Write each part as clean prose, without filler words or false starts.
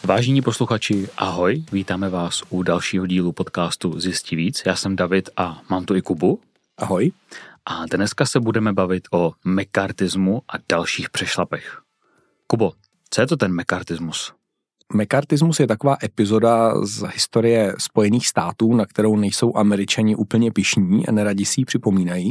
Vážení posluchači, ahoj, vítáme vás u dalšího dílu podcastu Zjistí víc. Já jsem David a mám tu i Kubu. Ahoj. A dneska se budeme bavit o mekartismu a dalších přešlapech. Kubo, co je to ten mekartismus? Mekartismus je taková epizoda z historie Spojených států, na kterou nejsou Američani úplně pyšní a neradi si ji připomínají.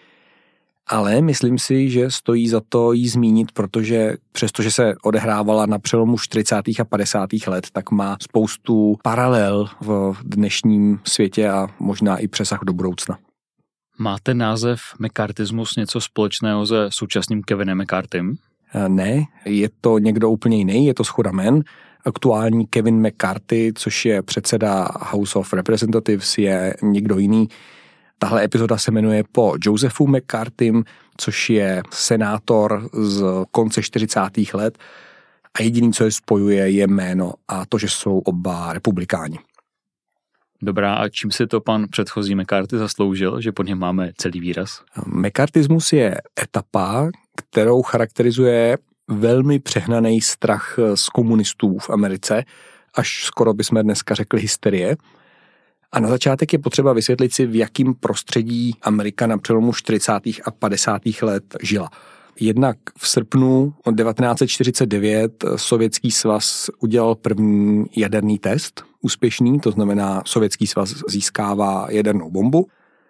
Ale myslím si, že stojí za to jí zmínit, protože přestože se odehrávala na přelomu 40. a 50. let, tak má spoustu paralel v dnešním světě a možná i přesah do budoucna. Má ten název mekartismus něco společného se současným Kevinem McCarthym? Ne, je to někdo úplně jiný, je to shoda jmen. Aktuální Kevin McCarthy, což je předseda House of Representatives, je někdo jiný. Tahle epizoda se jmenuje po Josephu McCarthym, což je senátor z konce 40. let a jediný, co je spojuje, je jméno a to, že jsou oba republikáni. Dobrá, a čím si to pan předchozí McCarthy zasloužil, že pod něm máme celý výraz? Mekartismus je etapa, kterou charakterizuje velmi přehnaný strach z komunistů v Americe, až skoro bychom dneska řekli hysterie. A na začátek je potřeba vysvětlit si, v jakém prostředí Amerika na přelomu 40. a 50. let žila. Jednak v srpnu 1949 Sovětský svaz udělal první jaderný test, úspěšný, to znamená Sovětský svaz získává jadernou bombu.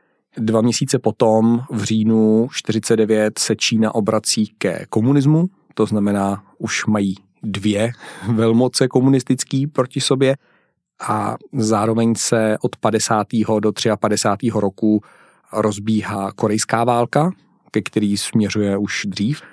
2 měsíce potom v říjnu 1949 se Čína obrací ke komunismu, to znamená už mají 2 velmoce komunistický proti sobě. A zároveň se od 50. do 53. roku rozbíhá korejská válka, ke který směřuje už dřív.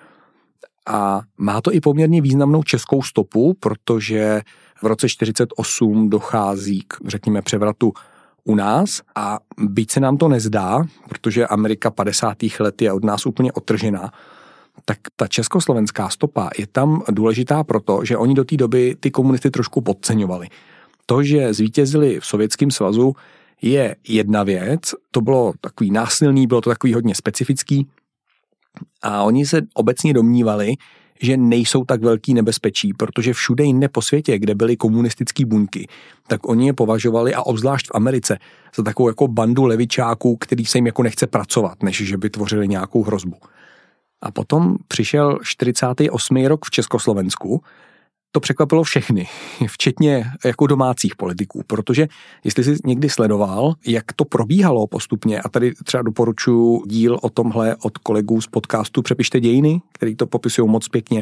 A má to i poměrně významnou českou stopu, protože v roce 48 dochází k, řekněme, převratu u nás a byť se nám to nezdá, protože Amerika 50. let je od nás úplně odtržená, tak ta československá stopa je tam důležitá proto, že oni do té doby ty komunisty trošku podceňovali. To, že zvítězili v Sovětském svazu, je jedna věc, to bylo takový násilný, bylo to takový hodně specifický a oni se obecně domnívali, že nejsou tak velký nebezpečí, protože všude jinde po světě, kde byly komunistický buňky, tak oni je považovali a obzvlášť v Americe za takovou jako bandu levičáků, který se jim jako nechce pracovat, než že by tvořili nějakou hrozbu. A potom přišel 48. rok v Československu. To překvapilo všechny, včetně jako domácích politiků, protože jestli jsi někdy sledoval, jak to probíhalo postupně, a tady třeba doporučuji díl o tomhle od kolegů z podcastu Přepište dějiny, který to popisují moc pěkně,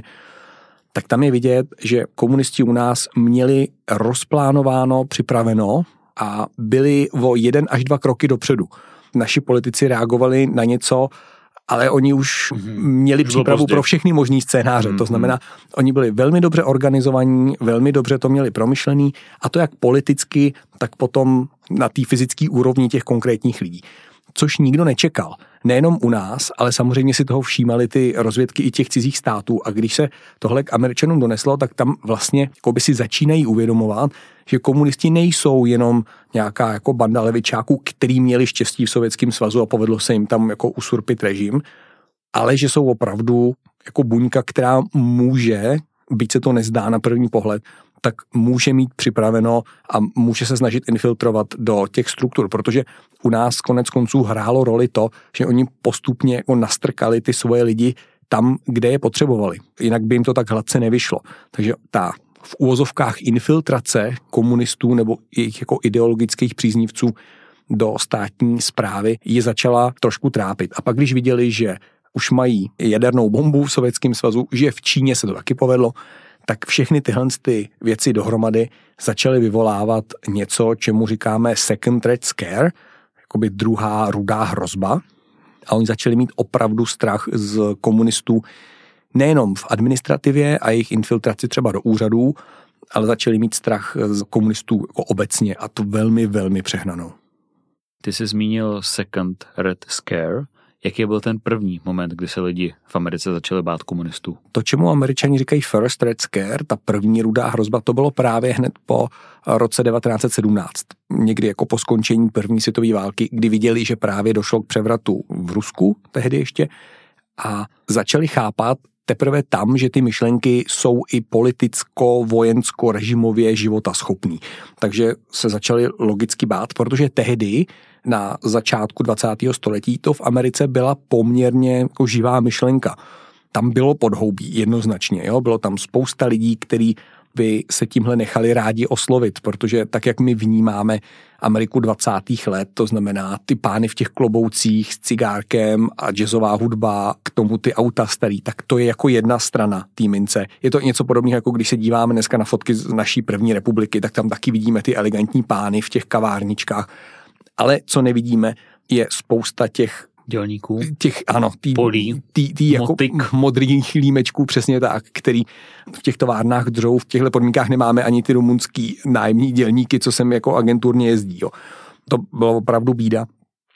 tak tam je vidět, že komunisti u nás měli rozplánováno, připraveno a byli o 1 až 2 kroky dopředu. Naši politici reagovali na něco, ale oni už měli přípravu pro všechny možný scénáře. To znamená, oni byli velmi dobře organizovaní, velmi dobře to měli promyšlený a to jak politicky, tak potom na té fyzické úrovni těch konkrétních lidí. Což nikdo nečekal. Nejenom u nás, ale samozřejmě si toho všímali ty rozvědky i těch cizích států a když se tohle k Američanům doneslo, tak tam vlastně jakoby si začínají uvědomovat, že komunisti nejsou jenom nějaká jako banda levičáků, který měli štěstí v Sovětském svazu a povedlo se jim tam jako usurpit režim, ale že jsou opravdu jako buňka, která může, byť se to nezdá na první pohled, tak může mít připraveno a může se snažit infiltrovat do těch struktur, protože u nás konec konců hrálo roli to, že oni postupně jako nastrkali ty svoje lidi tam, kde je potřebovali. Jinak by jim to tak hladce nevyšlo. Takže ta v úvozovkách infiltrace komunistů nebo jejich jako ideologických příznivců do státní správy je začala trošku trápit. A pak když viděli, že už mají jadernou bombu v Sovětském svazu, že v Číně se to taky povedlo, tak všechny tyhle věci dohromady začaly vyvolávat něco, čemu říkáme second red scare, jakoby druhá rudá hrozba. A oni začali mít opravdu strach z komunistů nejenom v administrativě a jejich infiltraci třeba do úřadů, ale začali mít strach z komunistů jako obecně a to velmi, velmi přehnanou. Ty jsi zmínil second red scare. Jaký byl ten první moment, kdy se lidi v Americe začali bát komunistů? To, čemu Američani říkají first red scare, ta první rudá hrozba, to bylo právě hned po roce 1917. Někdy jako po skončení první světové války, kdy viděli, že právě došlo k převratu v Rusku, tehdy ještě, a začali chápat, teprve tam, že ty myšlenky jsou i politicko-vojensko-režimově životaschopný. Takže se začali logicky bát, protože tehdy na začátku 20. století to v Americe byla poměrně jako živá myšlenka. Tam bylo podhoubí jednoznačně, jo? Bylo tam spousta lidí, kteří by se tímhle nechali rádi oslovit, protože tak, jak my vnímáme Ameriku 20. let, to znamená ty pány v těch kloboucích s cigárkem a jazzová hudba, k tomu ty auta starý, tak to je jako jedna strana té mince. Je to něco podobného, jako když se díváme dneska na fotky z naší první republiky, tak tam taky vidíme ty elegantní pány v těch kavárničkách. Ale co nevidíme, je spousta těch dělníků, polí, jako modrých límečků, přesně tak, který v těch továrnách dřou, v těchto podmínkách nemáme ani ty rumunský nájemní dělníky, co sem jako agenturně jezdí. Jo. To bylo opravdu bída.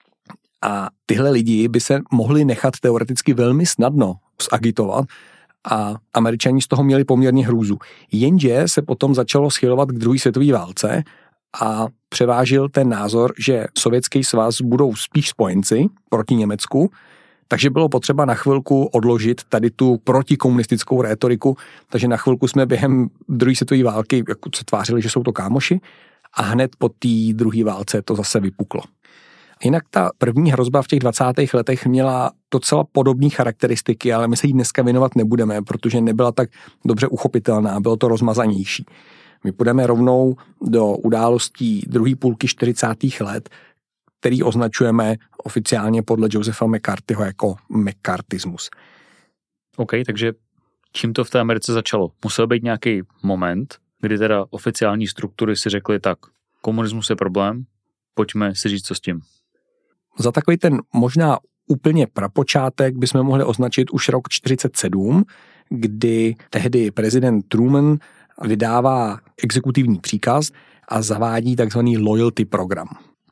A tyhle lidi by se mohli nechat teoreticky velmi snadno zagitovat a Američani z toho měli poměrně hrůzu. Jenže se potom začalo schylovat k druhé světové válce a převážil ten názor, že Sovětský svaz budou spíš spojenci proti Německu, takže bylo potřeba na chvilku odložit tady tu protikomunistickou rétoriku, takže na chvilku jsme během druhé světové války jako se tvářili, že jsou to kámoši a hned po té druhé válce to zase vypuklo. Jinak ta první hrozba v těch 20. letech měla docela podobné charakteristiky, ale my se jí dneska věnovat nebudeme, protože nebyla tak dobře uchopitelná, bylo to rozmazanější. My půjdeme rovnou do událostí druhé půlky 40. let, který označujeme oficiálně podle Josepha McCarthyho jako McCarthyismus. OK, takže čím to v té Americe začalo? Musel být nějaký moment, kdy teda oficiální struktury si řekly tak, komunismus je problém, pojďme si říct, co s tím. Za takový ten možná úplně prapočátek bychom mohli označit už rok 1947, kdy tehdy prezident Truman vydává exekutivní příkaz a zavádí takzvaný loyalty program.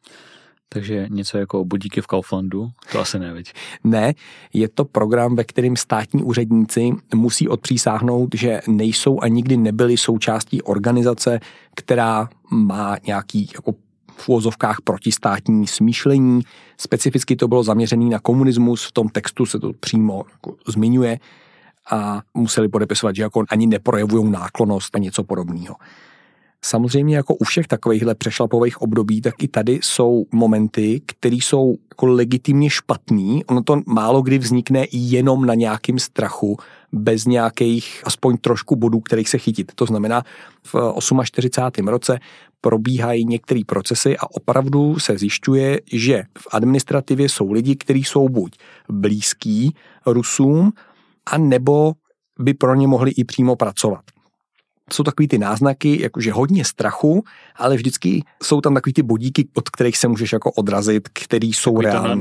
Takže něco jako budíky v Kauflandu? To asi ne, viď? Ne, je to program, ve kterém státní úředníci musí odpřísáhnout, že nejsou a nikdy nebyli součástí organizace, která má nějaký jako v uvozovkách protistátní smýšlení. Specificky to bylo zaměřené na komunismus, v tom textu se to přímo jako zmiňuje a museli podepisovat, že jako ani neprojevují náklonnost a něco podobného. Samozřejmě jako u všech takovýchhle přešlapových období, tak i tady jsou momenty, které jsou jako legitimně špatný. Ono to málo kdy vznikne jenom na nějakým strachu, bez nějakých aspoň trošku bodů, kterých se chytit. To znamená, v 48. roce probíhají některé procesy a opravdu se zjišťuje, že v administrativě jsou lidi, kteří jsou buď blízký Rusům, a nebo by pro ně mohli i přímo pracovat. Jsou takový ty náznaky, jakože hodně strachu, ale vždycky jsou tam takový ty bodíky, od kterých se můžeš jako odrazit, který jsou reální.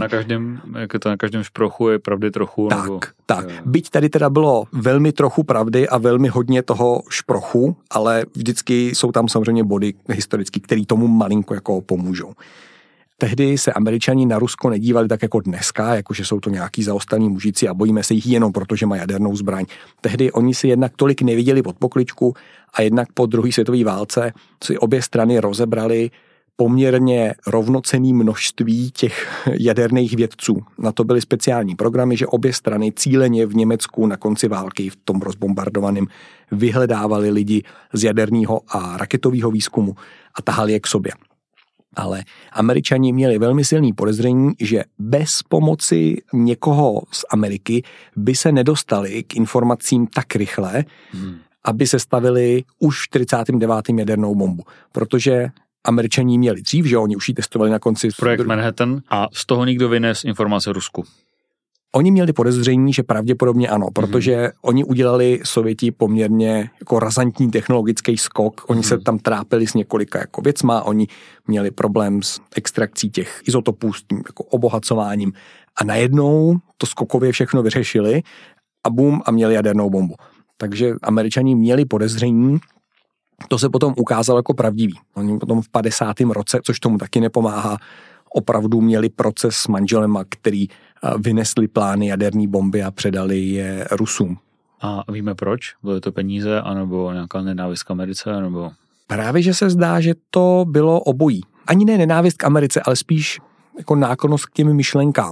Na každém šprochu je pravdy trochu. Tak. Byť tady teda bylo velmi trochu pravdy a velmi hodně toho šprochu, ale vždycky jsou tam samozřejmě body historicky, který tomu malinko jako pomůžou. Tehdy se Američani na Rusko nedívali tak jako dneska, jakože jsou to nějaký zaostalí mužici a bojíme se jich jenom proto, že mají jadernou zbraň. Tehdy oni si jednak tolik neviděli pod pokličku a jednak po druhé světové válce si obě strany rozebrali poměrně rovnocenné množství těch jaderných vědců. Na to byly speciální programy, že obě strany cíleně v Německu na konci války v tom rozbombardovaném vyhledávali lidi z jaderného a raketového výzkumu a tahali je k sobě. Ale Američani měli velmi silný podezření, že bez pomoci někoho z Ameriky by se nedostali k informacím tak rychle, aby se stavili už v 49. jadernou bombu. Protože Američani měli dřív, že oni už ji testovali na konci... Projekt Manhattan a z toho nikdo vynes informace Rusku. Oni měli podezření, že pravděpodobně ano, protože oni udělali Sověti poměrně jako razantní technologický skok. Oni se tam trápili s několika jako věcma, oni měli problém s extrakcí těch izotopů, s tím jako obohacováním a najednou to skokově všechno vyřešili a bum a měli jadernou bombu. Takže Američani měli podezření, to se potom ukázalo jako pravdivý. Oni potom v 50. roce, což tomu taky nepomáhá, opravdu měli proces s manželema, který vynesli plány jaderné bomby a předali je Rusům. A víme proč? Byly to peníze, anebo nějaká nenávist k Americe, nebo... Právě, že se zdá, že to bylo obojí. Ani ne nenávist k Americe, ale spíš jako náklonost k těm myšlenkám.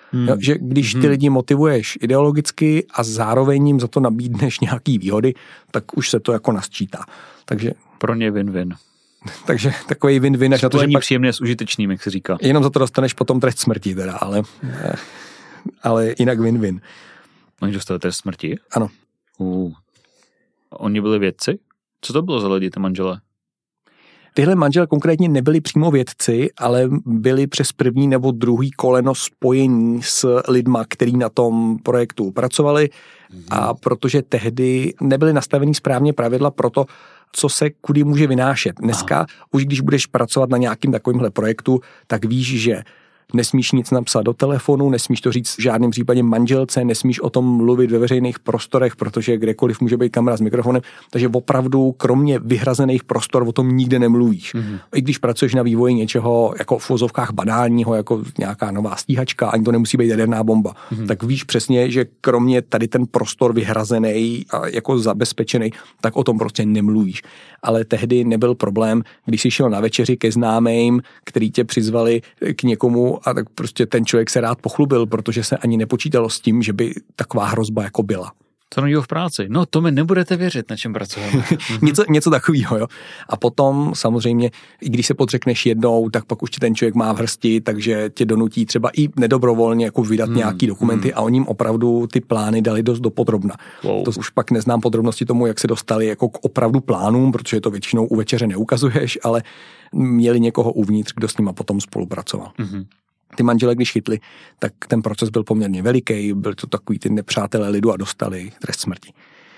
Jo, že když ty lidi motivuješ ideologicky a zároveň jim za to nabídneš nějaký výhody, tak už se to jako nasčítá. Takže pro ně win-win. Takže takový win-win, až na to, že pak příjemně s užitečným, jak se říká. Jenom za to dostaneš potom trest smrti teda, ale jinak win-win. Oni dostali trest smrti? Ano. Oni byli vědci? Co to bylo za lidi, ty manželé? Tyhle manželé konkrétně nebyli přímo vědci, ale byli přes první nebo druhý koleno spojení s lidma, kteří na tom projektu pracovali a protože tehdy nebyly nastavený správně pravidla pro to, co se kudy může vynášet. Dneska už když budeš pracovat na nějakým takovýmhle projektu, tak víš, že nesmíš nic napsat do telefonu, nesmíš to říct v žádném případě manželce, nesmíš o tom mluvit ve veřejných prostorech, protože kdekoliv může být kamera s mikrofonem, takže opravdu kromě vyhrazených prostor o tom nikde nemluvíš. I když pracuješ na vývoji něčeho jako v uvozovkách banálního, jako nějaká nová stíhačka, ani to nemusí být jaderná bomba, tak víš přesně, že kromě tady ten prostor vyhrazený a jako zabezpečený, tak o tom prostě nemluvíš. Ale tehdy nebyl problém, když jsi šel na večeři ke známým, který tě přizvali k někomu a tak prostě ten člověk se rád pochlubil, protože se ani nepočítalo s tím, že by taková hrozba jako byla. To není v práci. No to mi nebudete věřit, na čem pracujeme. něco takového, jo. A potom samozřejmě, i když se podřekneš jednou, tak pak už ti ten člověk má v hrsti, takže tě donutí třeba i nedobrovolně jako vydat nějaký dokumenty a oni jim opravdu ty plány dali dost dopodrobna. Wow. To už pak neznám podrobnosti tomu, jak se dostali jako k opravdu plánům, protože to většinou u večeře neukazuješ, ale měli někoho uvnitř, kdo s nima potom spolupracoval. Ty manželé, když chytli, tak ten proces byl poměrně veliký, byl to takový ty nepřátelé lidu a dostali trest smrti.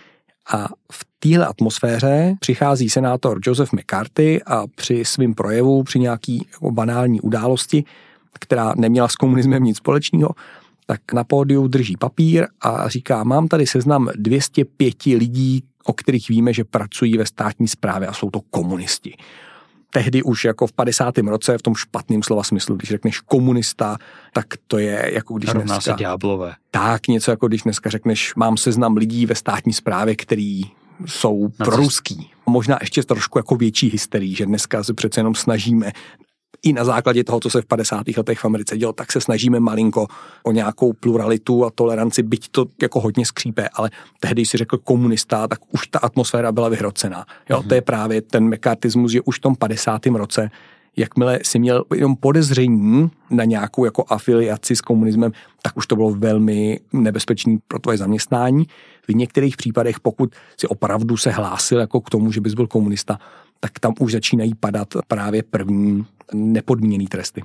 A v téhle atmosféře přichází senátor Joseph McCarthy a při svém projevu, při nějaký jako banální události, která neměla s komunismem nic společného, tak na pódiu drží papír a říká, mám tady seznam 205 lidí, o kterých víme, že pracují ve státní správě a jsou to komunisti. Tehdy už jako v 50. roce, v tom špatném slova smyslu, když řekneš komunista, tak to je jako když rovná dneska... se ďáblové. Tak, něco jako když dneska řekneš, mám seznam lidí ve státní správě, který jsou proruský. Možná ještě trošku jako větší hysterii, že dneska se přece jenom snažíme i na základě toho, co se v 50. letech v Americe dělo, tak se snažíme malinko o nějakou pluralitu a toleranci, byť to jako hodně skřípe, ale tehdy si řekl komunista, tak už ta atmosféra byla vyhrocená. Jo, to je právě ten mekartismus, že už v tom 50. roce, jakmile si měl jenom podezření na nějakou jako afiliaci s komunismem, tak už to bylo velmi nebezpečné pro tvoje zaměstnání. V některých případech, pokud si opravdu se hlásil jako k tomu, že bys byl komunista, tak tam už začínají padat právě první nepodmíněný tresty.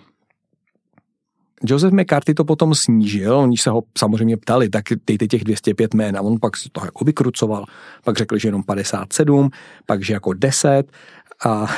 Joseph McCarthy to potom snížil, oni se ho samozřejmě ptali, tak dejte těch 205 jmén a on pak si to jako vykrucoval, pak řekl, že jenom 57, pak, že jako 10 a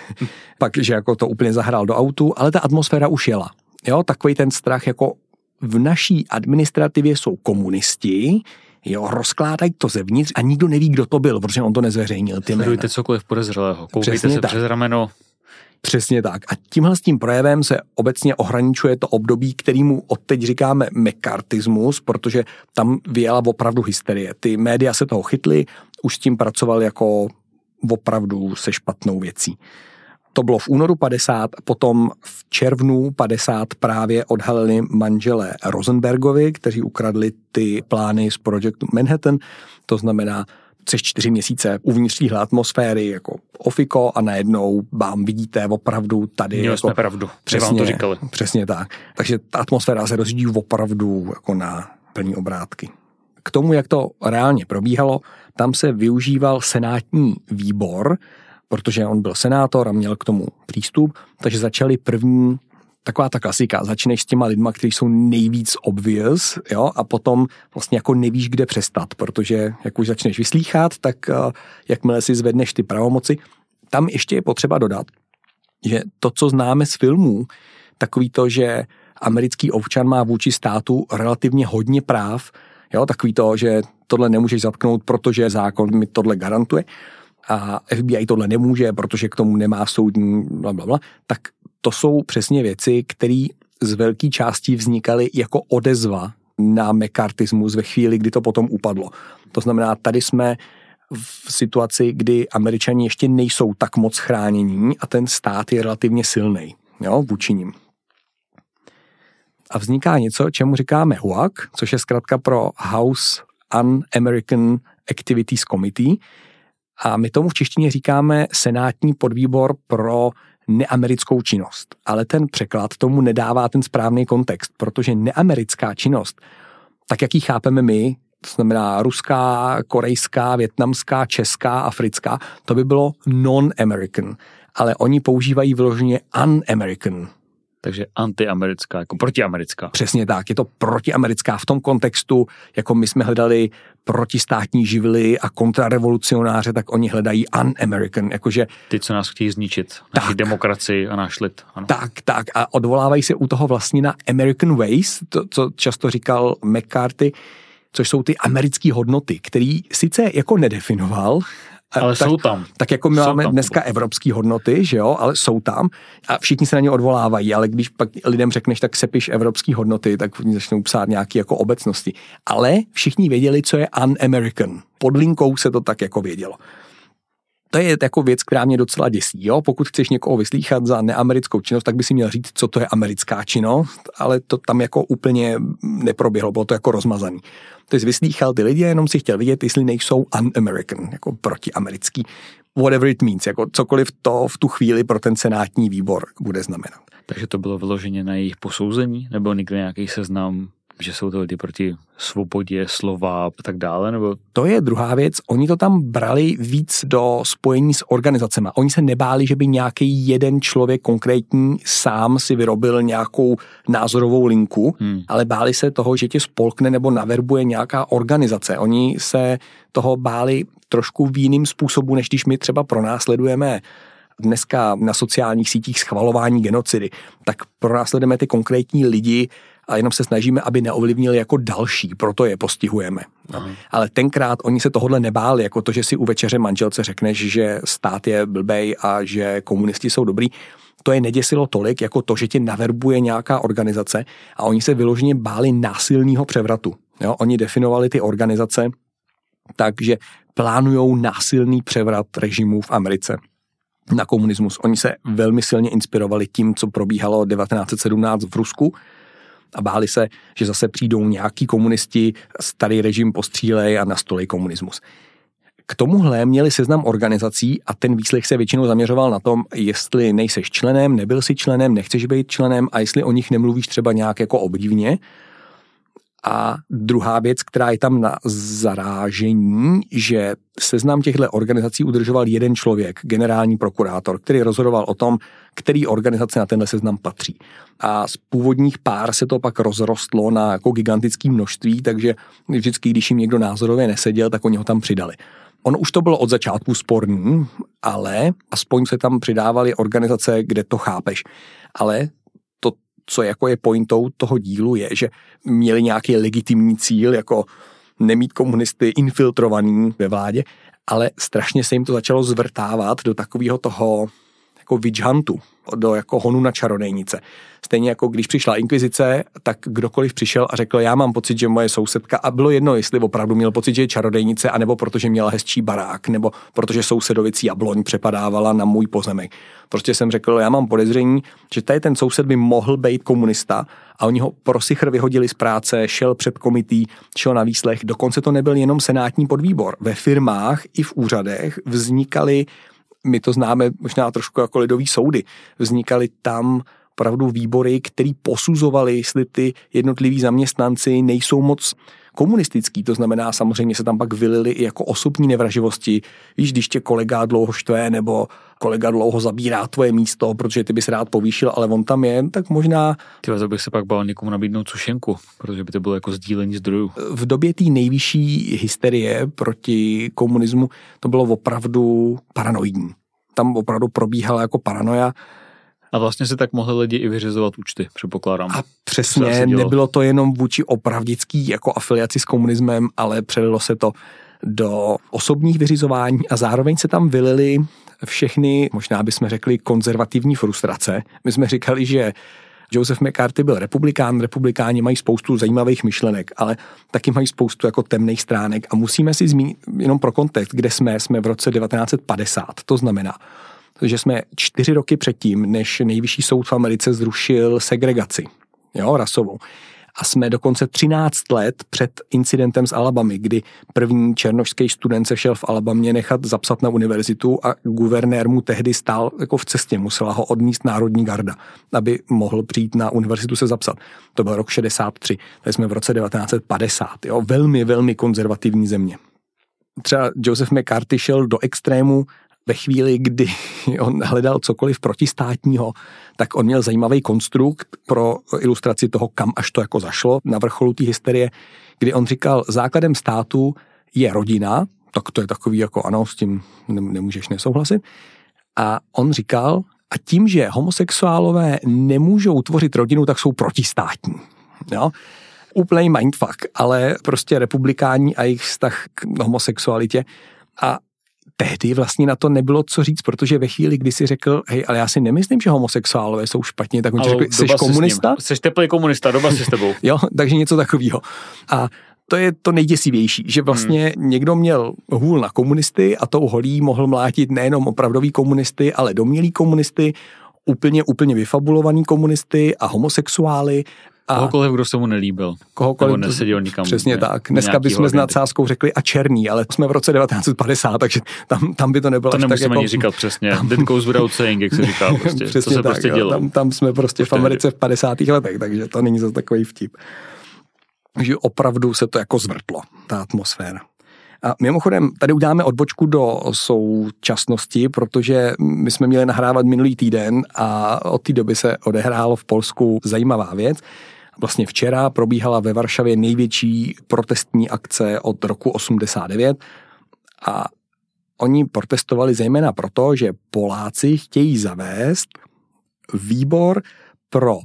pak, že jako to úplně zahrál do autu, ale ta atmosféra už jela. Jo, takový ten strach jako v naší administrativě jsou komunisti, jo, rozkládají to zevnitř a nikdo neví, kdo to byl, protože on to nezveřejnil. Sledujte cokoliv podezřelého, koukejte se přes rameno. Přesně tak. A tímhle s tím projevem se obecně ohraničuje to období, kterému odteď říkáme mekartismus, protože tam vyjela opravdu hysterie. Ty média se toho chytly, už s tím pracoval jako opravdu se špatnou věcí. To bylo v únoru 50, potom v červnu 50 právě odhalili manželé Rosenbergovi, kteří ukradli ty plány z projektu Manhattan, to znamená přes 4 měsíce uvnitř téhle atmosféry jako ofiko a najednou bám, vidíte opravdu tady. Měli jako, jsme pravdu, přesně, vám to říkali. Přesně tak. Takže ta atmosféra se rozjíždí opravdu jako na plný obrátky. K tomu, jak to reálně probíhalo, tam se využíval senátní výbor, protože on byl senátor a měl k tomu přístup, takže začali první, taková ta klasika, začneš s těma lidma, kteří jsou nejvíc obvious, jo, a potom vlastně jako nevíš, kde přestat, protože jak už začneš vyslýchat, tak jakmile si zvedneš ty pravomoci, tam ještě je potřeba dodat, že to, co známe z filmů, takový to, že americký občan má vůči státu relativně hodně práv, jo, takový to, že tohle nemůžeš zatknout, protože zákon mi tohle garantuje, a FBI tohle nemůže, protože k tomu nemá soudní blablabla, tak to jsou přesně věci, které z velké části vznikaly jako odezva na mekartismus ve chvíli, kdy to potom upadlo. To znamená, tady jsme v situaci, kdy Američani ještě nejsou tak moc chránění a ten stát je relativně silný, jo, vůči nim. a vzniká něco, čemu říkáme HUAC, což je zkratka pro House Un-American Activities Committee, a my tomu v češtině říkáme senátní podvýbor pro neamerickou činnost. Ale ten překlad tomu nedává ten správný kontext, protože neamerická činnost, tak jak ji chápeme my, to znamená ruská, korejská, vietnamská, česká, africká, to by bylo non-American. Ale oni používají vyloženě un-American. Takže antiamerická, jako protiamerická. Přesně tak, je to protiamerická v tom kontextu, jako my jsme hledali protistátní živly a kontrarevolucionáře, tak oni hledají un-American, jakože... Ty, co nás chtějí zničit, naši demokracii a náš lid. Ano. Tak a odvolávají se u toho vlastně na American Ways, to, co často říkal McCarthy, což jsou ty americké hodnoty, který sice jako nedefinoval, ale tak, jsou tam. Tak jako my máme dneska evropské hodnoty, že jo, ale jsou tam a všichni se na ně odvolávají, ale když pak lidem řekneš, tak sepiš evropské hodnoty, tak oni začnou psát nějaké jako obecnosti. Ale všichni věděli, co je un-American. Pod linkou se to tak jako vědělo. To je jako věc, která mě docela děsí, jo. Pokud chceš někoho vyslýchat za neamerickou činnost, tak by si měl říct, co to je americká činnost, ale to tam jako úplně neproběhlo, bylo to jako rozmazaný. Ty jsi vyslýchal ty lidi, jenom si chtěl vidět, jestli nejsou un-American, jako protiamerický, whatever it means, jako cokoliv to v tu chvíli pro ten senátní výbor bude znamenat. Takže to bylo vyloženě na jejich posouzení, nebo někde nějaký seznam, že jsou to lidi proti svobodě slova a tak dále, nebo? To je druhá věc, oni to tam brali víc do spojení s organizacemi. Oni se nebáli, že by nějaký jeden člověk konkrétní sám si vyrobil nějakou názorovou linku, ale báli se toho, že tě spolkne nebo naverbuje nějaká organizace. Oni se toho báli trošku v jiným způsobu, než když my třeba pronásledujeme dneska na sociálních sítích schvalování genocidy, tak pronásledujeme ty konkrétní lidi a jenom se snažíme, aby neovlivnili jako další, proto je postihujeme. Ale tenkrát oni se tohodle nebáli, jako to, že si u večeře manželce řekneš, že stát je blbej a že komunisti jsou dobrý, to je neděsilo tolik, jako to, že tě naverbuje nějaká organizace a oni se vyloženě báli násilného převratu. Jo? Oni definovali ty organizace tak, že plánujou násilný převrat režimu v Americe na komunismus. Oni se velmi silně inspirovali tím, co probíhalo 1917 v Rusku a báli se, že zase přijdou nějaký komunisti, starý režim postřílej a nastolej komunismus. K tomuhle měli seznam organizací a ten výslech se většinou zaměřoval na tom, jestli nejseš členem, nebyl jsi členem, nechceš být členem a jestli o nich nemluvíš třeba nějak jako obdivně. A druhá věc, která je tam na zarážení, že seznam těchto organizací udržoval jeden člověk, generální prokurátor, který rozhodoval o tom, který organizace na tenhle seznam patří. A z původních pár se to pak rozrostlo na jako gigantické množství, takže vždycky, když jim někdo názorově neseděl, tak oni ho tam přidali. Ono už to bylo od začátku sporný, ale aspoň se tam přidávaly organizace, kde to chápeš. Ale co jako je pointou toho dílu, je, že měli nějaký legitimní cíl, jako nemít komunisty infiltrovaný ve vládě, ale strašně se jim to začalo zvrtávat do takového toho jako witch huntu, do jako honu na čarodejnice. Stejně jako když přišla inkvizice, tak kdokoliv přišel a řekl, já mám pocit, že moje sousedka, a bylo jedno, jestli opravdu měl pocit, že je čarodejnice, anebo protože měla hezčí barák, nebo protože sousedovicí jabloň přepadávala na můj pozemek. Prostě jsem řekl, já mám podezření, že tady ten soused by mohl být komunista a oni ho pro sichr vyhodili z práce, šel před komití, šel na výslech. Dokonce to nebyl jenom senátní podvýbor. Ve firmách i v úřadech vznikaly, my to známe možná trošku jako lidový soudy, vznikaly tam opravdu výbory, který posuzovali, jestli ty jednotliví zaměstnanci nejsou moc komunistický, to znamená samozřejmě se tam pak vylili i jako osobní nevraživosti. Víš, když tě kolega dlouho štve nebo kolega dlouho zabírá tvoje místo, protože ty bys rád povýšil, ale on tam je, tak možná... Tyhle, bych se pak bál někomu nabídnout sušenku, protože by to bylo jako sdílení zdrojů. V době té nejvyšší hysterie proti komunismu to bylo opravdu paranoidní. Tam opravdu probíhala jako paranoja. A vlastně si tak mohli lidi i vyřizovat účty, předpokládám. A přesně, nebylo to jenom vůči opravdický jako afiliaci s komunismem, ale přelilo se to do osobních vyřizování a zároveň se tam vylily všechny, možná bychom řekli, konzervativní frustrace. My jsme říkali, že Joseph McCarthy byl republikán, republikáni mají spoustu zajímavých myšlenek, ale taky mají spoustu jako temných stránek a musíme si zmínit jenom pro kontext, kde jsme v roce 1950, to znamená, že jsme 4 roky předtím, než nejvyšší soud v Americe zrušil segregaci. jo, rasovou. A jsme dokonce 13 let před incidentem z Alabamy, kdy první černošský student se šel v Alabamě nechat zapsat na univerzitu a guvernér mu tehdy stál jako v cestě, musela ho odníst Národní garda, aby mohl přijít na univerzitu se zapsat. To byl rok 63, tady jsme v roce 1950, jo, velmi, velmi konzervativní země. Třeba Joseph McCarthy šel do extrému ve chvíli, kdy on hledal cokoliv protistátního, tak on měl zajímavý konstrukt pro ilustraci toho, kam až to jako zašlo na vrcholu té hysterie, kdy on říkal, základem státu je rodina, tak to je takový jako ano, s tím nemůžeš nesouhlasit. A on říkal, a tím, že homosexuálové nemůžou tvořit rodinu, tak jsou protistátní. Jo? Úplný mindfuck, ale prostě republikáni a jejich vztah k homosexualitě. A tehdy vlastně na to nebylo co říct, protože ve chvíli, kdy si řekl, hej, ale já si nemyslím, že homosexuálové jsou špatně, tak on ti řekl, jsi komunista? Jsi teplý komunista, doba si s tebou. Jo, takže něco takového. A to je to nejděsivější, že vlastně někdo měl hůl na komunisty a tou holí mohl mlátit nejenom opravdový komunisty, ale domnělý komunisty, úplně vyfabulovaný komunisty a homosexuály. A kohokoliv, kdo se mu nelíbil. Kohokoliv, nebo neseděl nikam. Přesně tak. Dneska bychom s nadsázkou řekli a černý, ale jsme v roce 1950, takže tam by to nebylo to až tak jako... To nemusíme ani říkat přesně. That goes without saying, jak se říká prostě. Přesně to se tak, prostě dělo. Tam jsme prostě v Americe v 50. letech, takže to není zase takový vtip. Takže opravdu se to jako zvrtlo, ta atmosféra. A mimochodem, tady uděláme odbočku do současnosti, protože my jsme měli nahrávat minulý týden a od té doby se odehrálo v Polsku zajímavá věc. Vlastně včera probíhala ve Varšavě největší protestní akce od roku 89 a oni protestovali zejména proto, že Poláci chtějí zavést výbor pro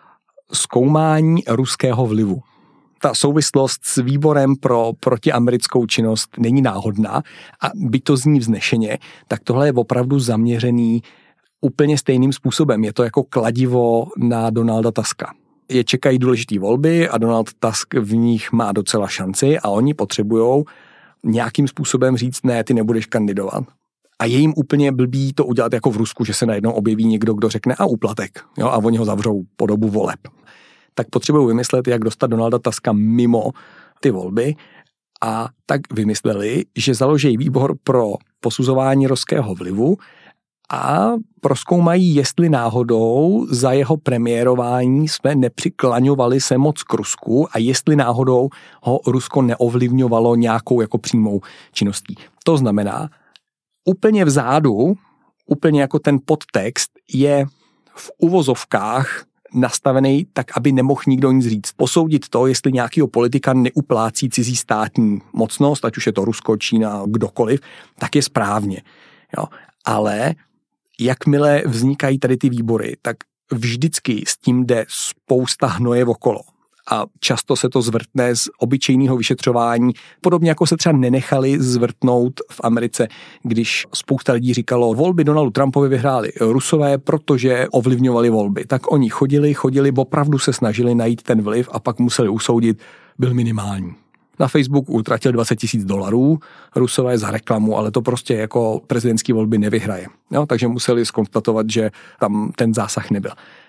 zkoumání ruského vlivu. Ta souvislost s výborem pro protiamerickou činnost není náhodná a byť to zní vznešeně, tak tohle je opravdu zaměřený úplně stejným způsobem. Je to jako kladivo na Donalda Tuska. Je čekají důležité volby a Donald Tusk v nich má docela šanci a oni potřebujou nějakým způsobem říct, ne, ty nebudeš kandidovat. A je jim úplně blbý to udělat jako v Rusku, že se najednou objeví někdo, kdo řekne a úplatek, jo, a oni ho zavřou po dobu voleb. Tak potřebují vymyslet, jak dostat Donalda Tuska mimo ty volby a tak vymysleli, že založí výbor pro posuzování ruského vlivu a prozkoumají, jestli náhodou za jeho premiérování jsme nepřiklaňovali se moc k Rusku a jestli náhodou ho Rusko neovlivňovalo nějakou jako přímou činností. To znamená, úplně vzadu, úplně jako ten podtext je v uvozovkách nastavený tak, aby nemohl nikdo nic říct. Posoudit to, jestli nějakýho politika neuplácí cizí státní mocnost, ať už je to Rusko, Čína, kdokoliv, tak je správně. Jo. Ale jakmile vznikají tady ty výbory, tak vždycky s tím jde spousta hnoje okolo. A často se to zvrtne z obyčejného vyšetřování, podobně jako se třeba nenechali zvrtnout v Americe, když spousta lidí říkalo, volby Donaldu Trumpovi vyhráli Rusové, protože ovlivňovali volby. Tak oni chodili, opravdu se snažili najít ten vliv a pak museli usoudit, byl minimální. Na Facebook utratil $20,000 Rusové za reklamu, ale to prostě jako prezidentský volby nevyhraje. Jo? Takže museli zkonstatovat, že tam ten zásah nebyl.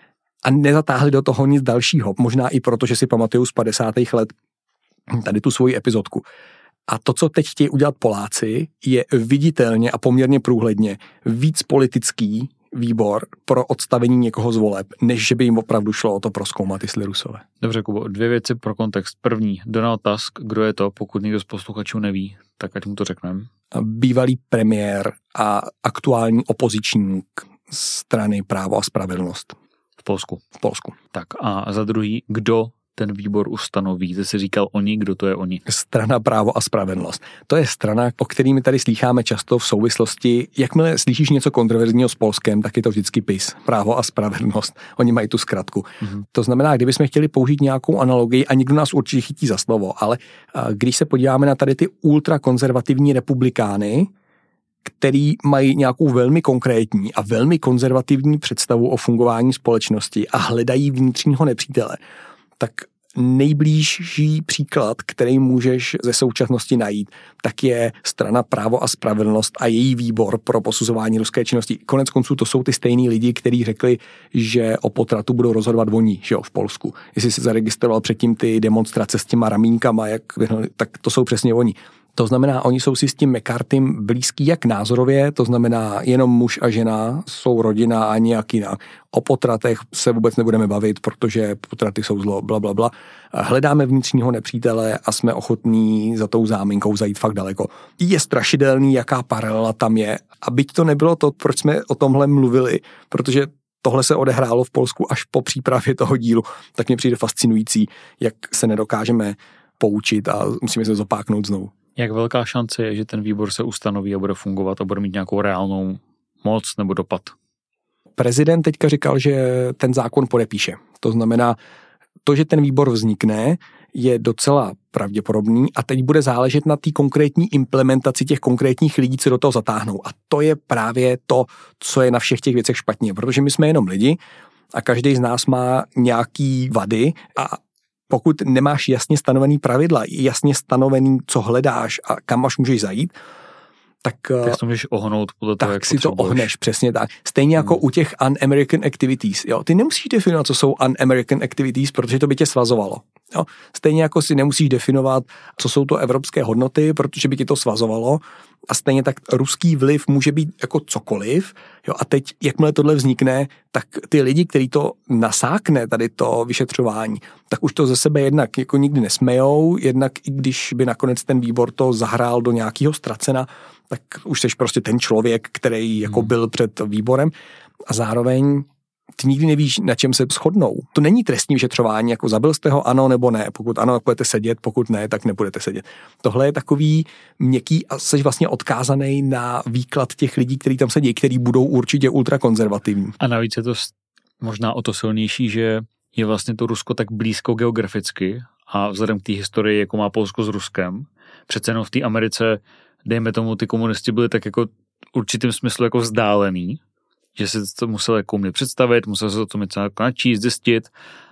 A nezatáhli do toho nic dalšího. Možná i proto, že si pamatuju z 50. let tady tu svoji epizodku. A to, co teď chtějí udělat Poláci, je viditelně a poměrně průhledně víc politický výbor pro odstavení někoho z voleb, než že by jim opravdu šlo o to prozkoumat, jestli Rusové. Dobře, Kubo, 2 věci pro kontext. První, Donald Tusk, kdo je to, pokud někdo z posluchačů neví, tak ať mu to řekneme. Bývalý premiér a aktuální opozičník strany Právo a spravedlnost. V Polsku. V Polsku. Tak a za druhý, kdo ten výbor ustanoví? Ty jsi říkal oni, kdo to je oni? Strana Právo a spravedlnost. To je strana, o kterými tady slýcháme často v souvislosti, jakmile slyšíš něco kontroverzního s Polskem, tak je to vždycky PiS. Právo a spravedlnost. Oni mají tu zkratku. To znamená, kdybychom chtěli použít nějakou analogii, a někdo nás určitě chytí za slovo, ale když se podíváme na tady ty ultrakonzervativní republikány, který mají nějakou velmi konkrétní a velmi konzervativní představu o fungování společnosti a hledají vnitřního nepřítele, tak nejblížší příklad, který můžeš ze současnosti najít, tak je strana Právo a spravedlnost a její výbor pro posuzování ruské činnosti. Konec konců to jsou ty stejný lidi, kteří řekli, že o potratu budou rozhodovat oni, že jo, v Polsku. Jestli si zaregistroval předtím ty demonstrace s těma ramínkama, tak to jsou přesně oni. To znamená, oni jsou si s tím McCarthym blízký jak názorově, to znamená jenom muž a žena jsou rodina a nějak jinak. O potratech se vůbec nebudeme bavit, protože potraty jsou zlo, blablabla. Hledáme vnitřního nepřítele a jsme ochotní za tou záminkou zajít fakt daleko. Je strašidelný, jaká paralela tam je. A byť to nebylo to, proč jsme o tomhle mluvili, protože tohle se odehrálo v Polsku až po přípravě toho dílu, tak mě přijde fascinující, jak se nedokážeme poučit a musíme se zopáknout znovu. Jak velká šance je, že ten výbor se ustanoví a bude fungovat a bude mít nějakou reálnou moc nebo dopad? Prezident teďka říkal, že ten zákon podepíše. To znamená, to, že ten výbor vznikne, je docela pravděpodobný a teď bude záležet na té konkrétní implementaci těch konkrétních lidí, co do toho zatáhnou. A to je právě to, co je na všech těch věcech špatně, protože my jsme jenom lidi a každý z nás má nějaký vady a pokud nemáš jasně stanovený pravidla, jasně stanovený, co hledáš a kam až můžeš zajít, tak to můžeš ohnout podle toho, jak si to ohneš, přesně tak. Stejně jako u těch un-American activities. Jo? Ty nemusíš definovat, co jsou un-American activities, protože to by tě svazovalo. Jo? Stejně jako si nemusíš definovat, co jsou to evropské hodnoty, protože by tě to svazovalo. A stejně tak ruský vliv může být jako cokoliv. Jo? A teď, jakmile tohle vznikne, tak ty lidi, který to nasákne, tady to vyšetřování, tak už to ze sebe jednak jako nikdy nesmejou, jednak i když by nakonec ten výbor to zahrál do nějakého ztracena, tak už jsi prostě ten člověk, který jako byl před výborem a zároveň ty nikdy nevíš, na čem se shodnou. To není trestní vyšetřování, jako zabil jste ho, ano nebo ne. Pokud ano, tak budete sedět, pokud ne, tak nebudete sedět. Tohle je takový měkký a jsi vlastně odkázaný na výklad těch lidí, kteří tam sedí, kteří budou určitě ultrakonzervativní. A navíc je to možná o to silnější, že je vlastně to Rusko tak blízko geograficky a vzhledem k té historii, jako má Polsko s Ruskem, přece jenom v té Americe, dejme tomu, ty komunisti byli tak jako určitým smyslu jako vzdálený, že se to musel jako umět představit, musel se to něco jako načíst, zjistit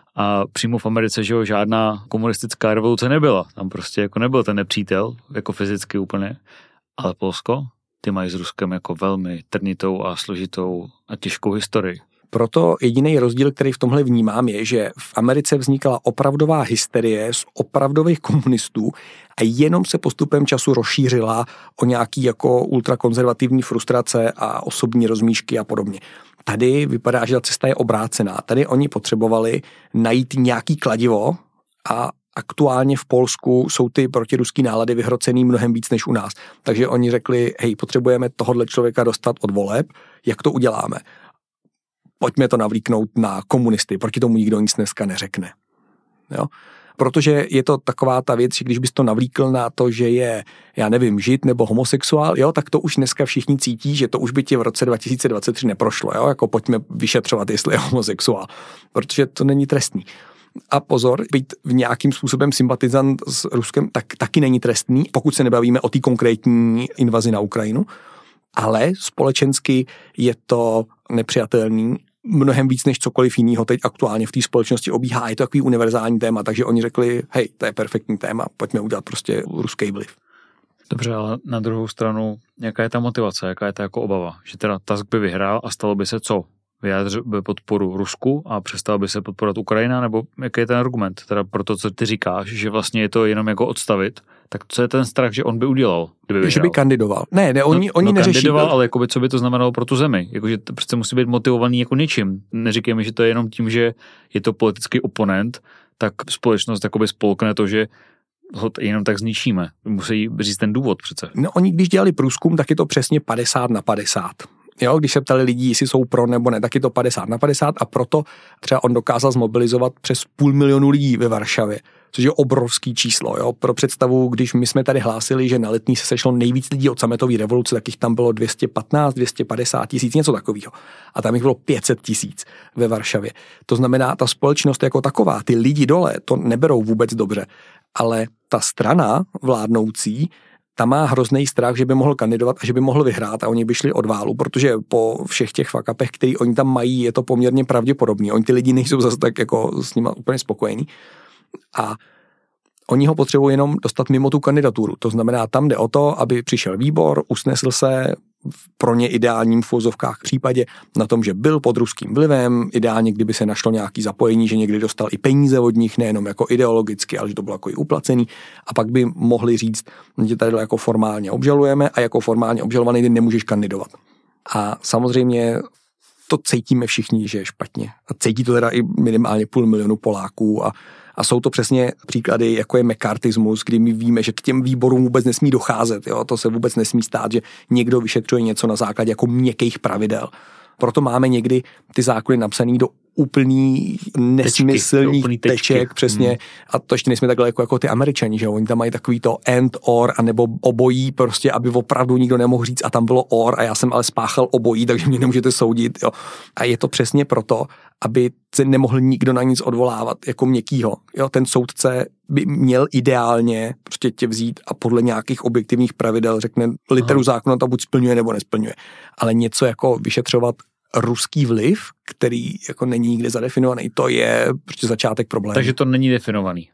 a přímo v Americe, že jo, žádná komunistická revoluce nebyla. Tam prostě jako nebyl ten nepřítel, jako fyzicky úplně, ale Polsko, ty mají s Ruskem jako velmi trnitou a složitou a těžkou historii. Proto jediný rozdíl, který v tomhle vnímám, je, že v Americe vznikala opravdová hysterie z opravdových komunistů a jenom se postupem času rozšířila o nějaký jako ultrakonzervativní frustrace a osobní rozmíšky a podobně. Tady vypadá, že ta cesta je obrácená. Tady oni potřebovali najít nějaký kladivo a aktuálně v Polsku jsou ty protiruský nálady vyhrocený mnohem víc než u nás. Takže oni řekli, hej, potřebujeme tohohle člověka dostat od voleb, jak to uděláme? Pojďme to navlíknout na komunisty, proti tomu nikdo nic dneska neřekne. Jo? Protože je to taková ta věc, že když bys to navlíkl na to, že je, já nevím, žid nebo homosexuál, jo, tak to už dneska všichni cítí, že to už by ti v roce 2023 neprošlo, jo, jako pojďme vyšetřovat, jestli je homosexuál, protože to není trestný. A pozor, být v nějakým způsobem sympatizant s Ruskem, tak taky není trestný, pokud se nebavíme o té konkrétní invazi na Ukrajinu, ale společensky je to nepřijatelný mnohem víc než cokoliv jiného teď aktuálně v té společnosti obíhá. Je to takový univerzální téma, takže oni řekli, hej, to je perfektní téma, pojďme udělat prostě ruský vliv. Dobře, ale na druhou stranu, jaká je ta motivace, jaká je ta jako obava? Že teda Tusk by vyhrál a stalo by se co? Vyjádřil by podporu Rusku a přestal by se podporovat Ukrajina, nebo jaký je ten argument? Teda pro to, co ty říkáš, že vlastně je to jenom jako odstavit, tak co je ten strach, že on by udělal, kdyby vyhrál? Že by kandidoval. Ne, oni neřeší. Kandidoval, ale jakoby, co by to znamenalo pro tu zemi? Jakože to přece musí být motivovaný jako něčím. Neříkejme, že to je jenom tím, že je to politický oponent, tak společnost jakoby spolkne to, že ho jenom tak zničíme. Musí říct ten důvod přece. No oni, když dělali průzkum, tak je to přesně 50/50. Jo, když se ptali lidí, jestli jsou pro nebo ne, tak je to 50/50 a proto třeba on dokázal zmobilizovat přes 500 000 lidí ve Varšavě, což je obrovský číslo. Jo. Pro představu, když my jsme tady hlásili, že na Letný se sešlo nejvíc lidí od sametové revoluce, tak jich tam bylo 250 tisíc, něco takového. A tam jich bylo 500 tisíc ve Varšavě. To znamená, ta společnost jako taková, ty lidi dole, to neberou vůbec dobře. Ale ta strana vládnoucí, ta má hrozný strach, že by mohl kandidovat a že by mohl vyhrát a oni by šli od válu, protože po všech těch fuck-upech, který oni tam mají, je to poměrně pravděpodobný. Oni ty lidi nejsou zase tak jako s nima úplně spokojení. A oni ho potřebují jenom dostat mimo tu kandidaturu. To znamená, tam jde o to, aby přišel výbor, usnesl se pro ně ideálním v uvozovkách případě na tom, že byl pod ruským vlivem, ideálně kdyby se našlo nějaké zapojení, že někdy dostal i peníze od nich, nejenom jako ideologicky, ale že to bylo jako i uplacený, a pak by mohli říct, že tady jako formálně obžalujeme a jako formálně obžalovaný ty nemůžeš kandidovat. A samozřejmě to cítíme všichni, že je špatně. A cítí to teda i minimálně 500 000 Poláků a jsou to přesně příklady, jako je mekartismus, kdy my víme, že k těm výborům vůbec nesmí docházet. Jo? To se vůbec nesmí stát, že někdo vyšetřuje něco na základě jako měkkých pravidel. Proto máme někdy ty zákony napsaný do úplný nesmyslných teček, přesně. A to ještě nejsme takhle jako ty Američani, že oni tam mají takový to and or, anebo obojí, prostě, aby opravdu nikdo nemohl říct a tam bylo or a já jsem ale spáchal obojí, takže mě nemůžete soudit. Jo. A je to přesně proto, aby se nemohl nikdo na nic odvolávat jako měkkýho. Jo. Ten soudce by měl ideálně prostě tě vzít a podle nějakých objektivních pravidel řekne literu zákona to buď splňuje nebo nesplňuje. Ale něco jako vyšetřovat ruský vliv, který jako není nikde zadefinovaný, to je prostě začátek problému. Takže to není definovaný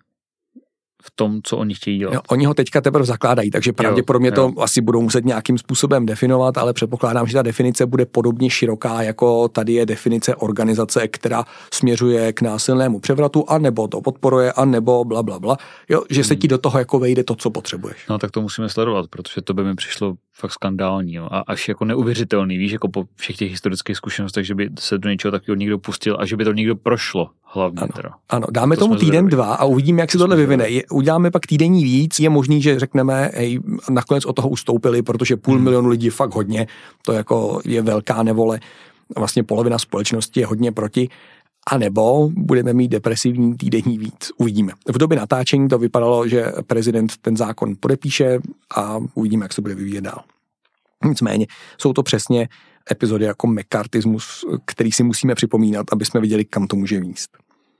v tom, co oni chtějí dělat. Jo, oni ho teďka teprve zakládají, takže pravděpodobně to asi budou muset nějakým způsobem definovat, ale předpokládám, že ta definice bude podobně široká, jako tady je definice organizace, která směřuje k násilnému převratu, anebo to podporuje, anebo bla, bla, bla. Jo, že se ti do toho jako vejde to, co potřebuješ. No tak to musíme sledovat, protože to by mi přišlo fakt skandální, jo, a až jako neuvěřitelný, víš, jako po všech těch historických zkušenostech, že by se do něčeho takového někdo pustil a že by to někdo prošlo, hlavně teda. Ano, dáme tomu týden, dva a uvidíme, jak se tohle vyvine. Uděláme pak týdenní víc, je možný, že řekneme, hej, nakonec od toho ustoupili, protože 500 000 lidí je fakt hodně, to jako je velká nevole, vlastně polovina společnosti je hodně proti, a nebo budeme mít depresivní týdenní víc. Uvidíme. V době natáčení to vypadalo, že prezident ten zákon podepíše a uvidíme, jak se bude vyvíjet dál. Nicméně jsou to přesně epizody jako mekartismus, který si musíme připomínat, aby jsme viděli, kam to může vést.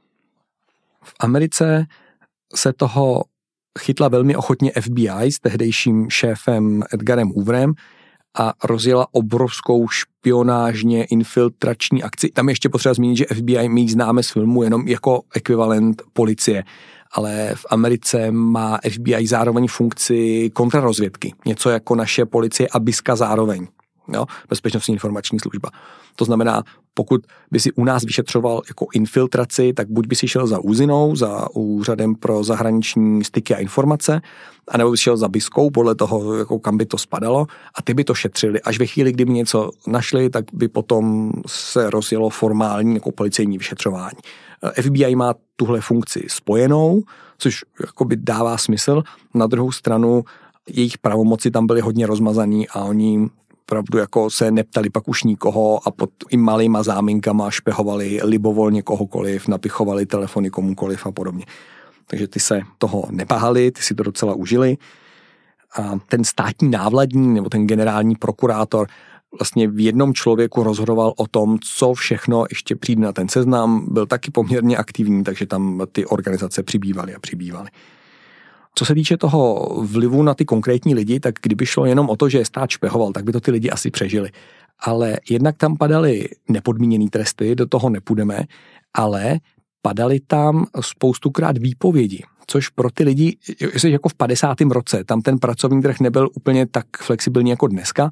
V Americe se toho chytla velmi ochotně FBI s tehdejším šéfem Edgarem Hooverem a rozjela obrovskou špionážně infiltrační akci. Tam ještě potřeba zmínit, že FBI my známe z filmu jenom jako ekvivalent policie, ale v Americe má FBI zároveň funkci kontrarozvědky. Něco jako naše policie a BISka zároveň. Jo? Bezpečnostní informační služba. To znamená, pokud by si u nás vyšetřoval jako infiltraci, tak buď by si šel za úzinou, za úřadem pro zahraniční styky a informace, anebo by si šel za BISkou, podle toho, jako kam by to spadalo, a ty by to šetřili. Až ve chvíli, kdyby něco našli, tak by potom se rozjelo formální jako policejní vyšetřování. FBI má tuhle funkci spojenou, což jakoby dává smysl. Na druhou stranu jejich pravomoci tam byly hodně rozmazaný a oni opravdu jako se neptali pak už nikoho a pod i malýma záminkama špehovali libovolně kohokoliv, napichovali telefony komukoliv a podobně. Takže ty se toho nebahali, ty si to docela užili. A ten státní návladník nebo ten generální prokurátor vlastně v jednom člověku rozhodoval o tom, co všechno ještě přijde na ten seznam, byl taky poměrně aktivní, takže tam ty organizace přibývaly a přibývaly. Co se týče toho vlivu na ty konkrétní lidi, tak kdyby šlo jenom o to, že stát špehoval, tak by to ty lidi asi přežili. Ale jednak tam padaly nepodmíněné tresty, do toho nepůjdeme, ale padaly tam spoustukrát výpovědi, což pro ty lidi, jestli jako v 50. roce, tam ten pracovní trh nebyl úplně tak flexibilní jako dneska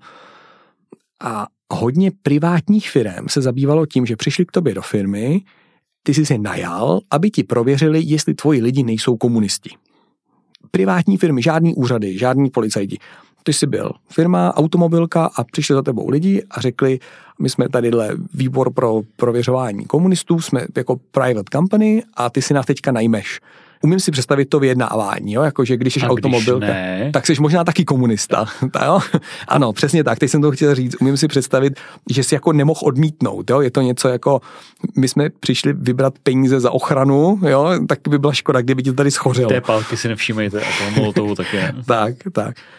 a hodně privátních firem se zabývalo tím, že přišli k tobě do firmy, ty jsi se najal, aby ti prověřili, jestli tvoji lidi nejsou komunisti. Privátní firmy, žádný úřady, žádní policajti. Ty jsi byl firma, automobilka a přišli za tebou lidi a řekli, my jsme tadyhle výbor pro prověřování komunistů, jsme jako private company a ty si nás teďka najmeš. Umím si představit to vyjednávání, jo? Jakože když jsi automobilka, tak jsi možná taky komunista. Jo? Ano, přesně tak, teď jsem to chtěl říct. Umím si představit, že jsi jako nemohl odmítnout. Jo? Je to něco jako, my jsme přišli vybrat peníze za ochranu, jo? Tak by byla škoda, kdyby ti tady schořelo. Té pálky si nevšímejte a toho molotovu taky ne. Tak.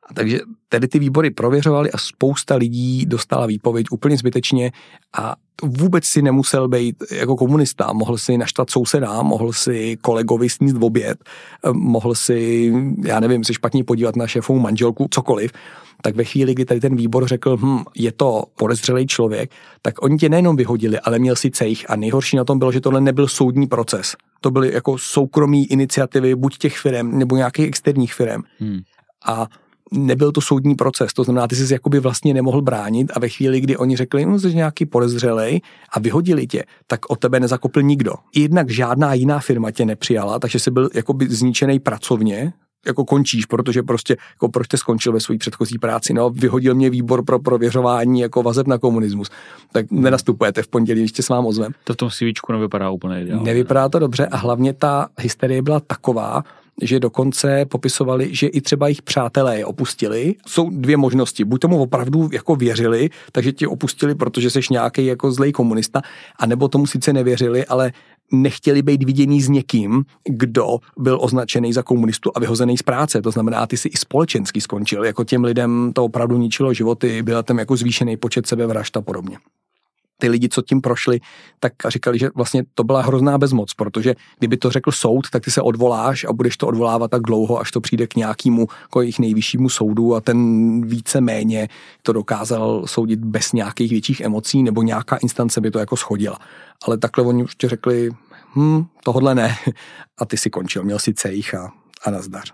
Takže tedy ty výbory prověřovali a spousta lidí dostala výpověď úplně zbytečně a vůbec si nemusel být jako komunista, mohl si naštvat souseda, mohl si kolegovi sníst v oběd, mohl si, já nevím, se špatně podívat na šéfovou manželku, cokoliv. Tak ve chvíli, kdy tady ten výbor řekl, je to podezřelý člověk, tak oni tě nejenom vyhodili, ale měl si cejch a nejhorší na tom bylo, že tohle nebyl soudní proces. To byly jako soukromí iniciativy buď těch firem nebo nějakých externích firem. A nebyl to soudní proces, to znamená, ty jsi jakoby vlastně nemohl bránit a ve chvíli, kdy oni řekli, jsi nějaký podezřelej a vyhodili tě, tak o tebe nezakopl nikdo. Jednak žádná jiná firma tě nepřijala, takže jsi byl jakoby zničený pracovně, jako končíš, protože prostě, jako proč jste skončil ve své předchozí práci, no, vyhodil mě výbor pro prověřování jako vazeb na komunismus, tak nenastupujete v pondělí, ještě s vám ozvem. To v tom CVčku nevypadá úplně ideálně. Nevypadá to dobře a hlavně ta hysterie byla taková, že dokonce popisovali, že i třeba jejich přátelé je opustili. Jsou dvě možnosti. Buď tomu opravdu jako věřili, takže tě opustili, protože jsi nějaký jako zlej komunista, anebo tomu sice nevěřili, ale nechtěli být vidění s někým, kdo byl označený za komunistu a vyhozený z práce. To znamená, ty si i společensky skončil. Jako těm lidem to opravdu ničilo životy, byla tam jako zvýšený počet sebevražd a podobně. Ty lidi, co tím prošli, tak říkali, že vlastně to byla hrozná bezmoc, protože kdyby to řekl soud, tak ty se odvoláš a budeš to odvolávat tak dlouho, až to přijde k nějakému jako jejich nejvyššímu soudu a ten víceméně to dokázal soudit bez nějakých větších emocí nebo nějaká instance by to jako shodila. Ale takhle oni už ti řekli, tohodle ne a ty si končil, měl si cejch a nazdař.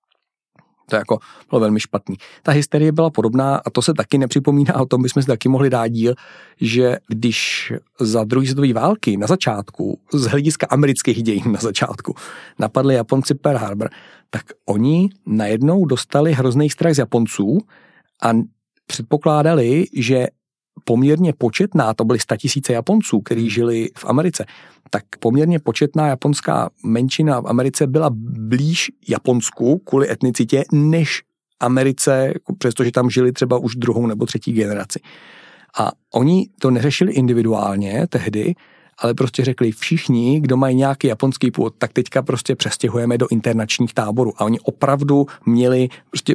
To jako bylo velmi špatný. Ta hysterie byla podobná a to se taky nepřipomíná, o tom bychom si taky mohli dát díl, že když za druhé světové války na začátku, z hlediska amerických dějin na začátku, napadli Japonci Pearl Harbor, tak oni najednou dostali hrozný strach z Japonců a předpokládali, že poměrně početná, to byly 100 000 Japonců, kteří žili v Americe, tak poměrně početná japonská menšina v Americe byla blíž Japonsku kvůli etnicitě, než Americe, přestože tam žili třeba už druhou nebo třetí generaci. A oni to neřešili individuálně tehdy, ale prostě řekli všichni, kdo mají nějaký japonský původ, tak teďka prostě přestěhujeme do internačních táborů. A oni opravdu měli prostě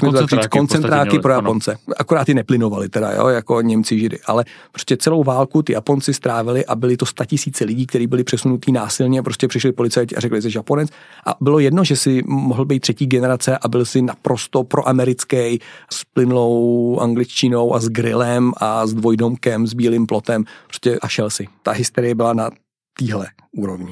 koncentráky pro Japonce. Akorát ty neplynovali teda, jo, jako Němci, Židy, ale prostě celou válku ty Japonci strávili a byli to 100 000 lidí, kteří byli přesunutí násilně, prostě přišli policajti a řekli, že jsi Japonec a bylo jedno, že si mohl být třetí generace a byl si naprosto proamerický s plynulou angličtinou a s grillem a s dvojdomkem, s bílým plotem, prostě a šel si. Ta hysterie byla na téhle úrovni.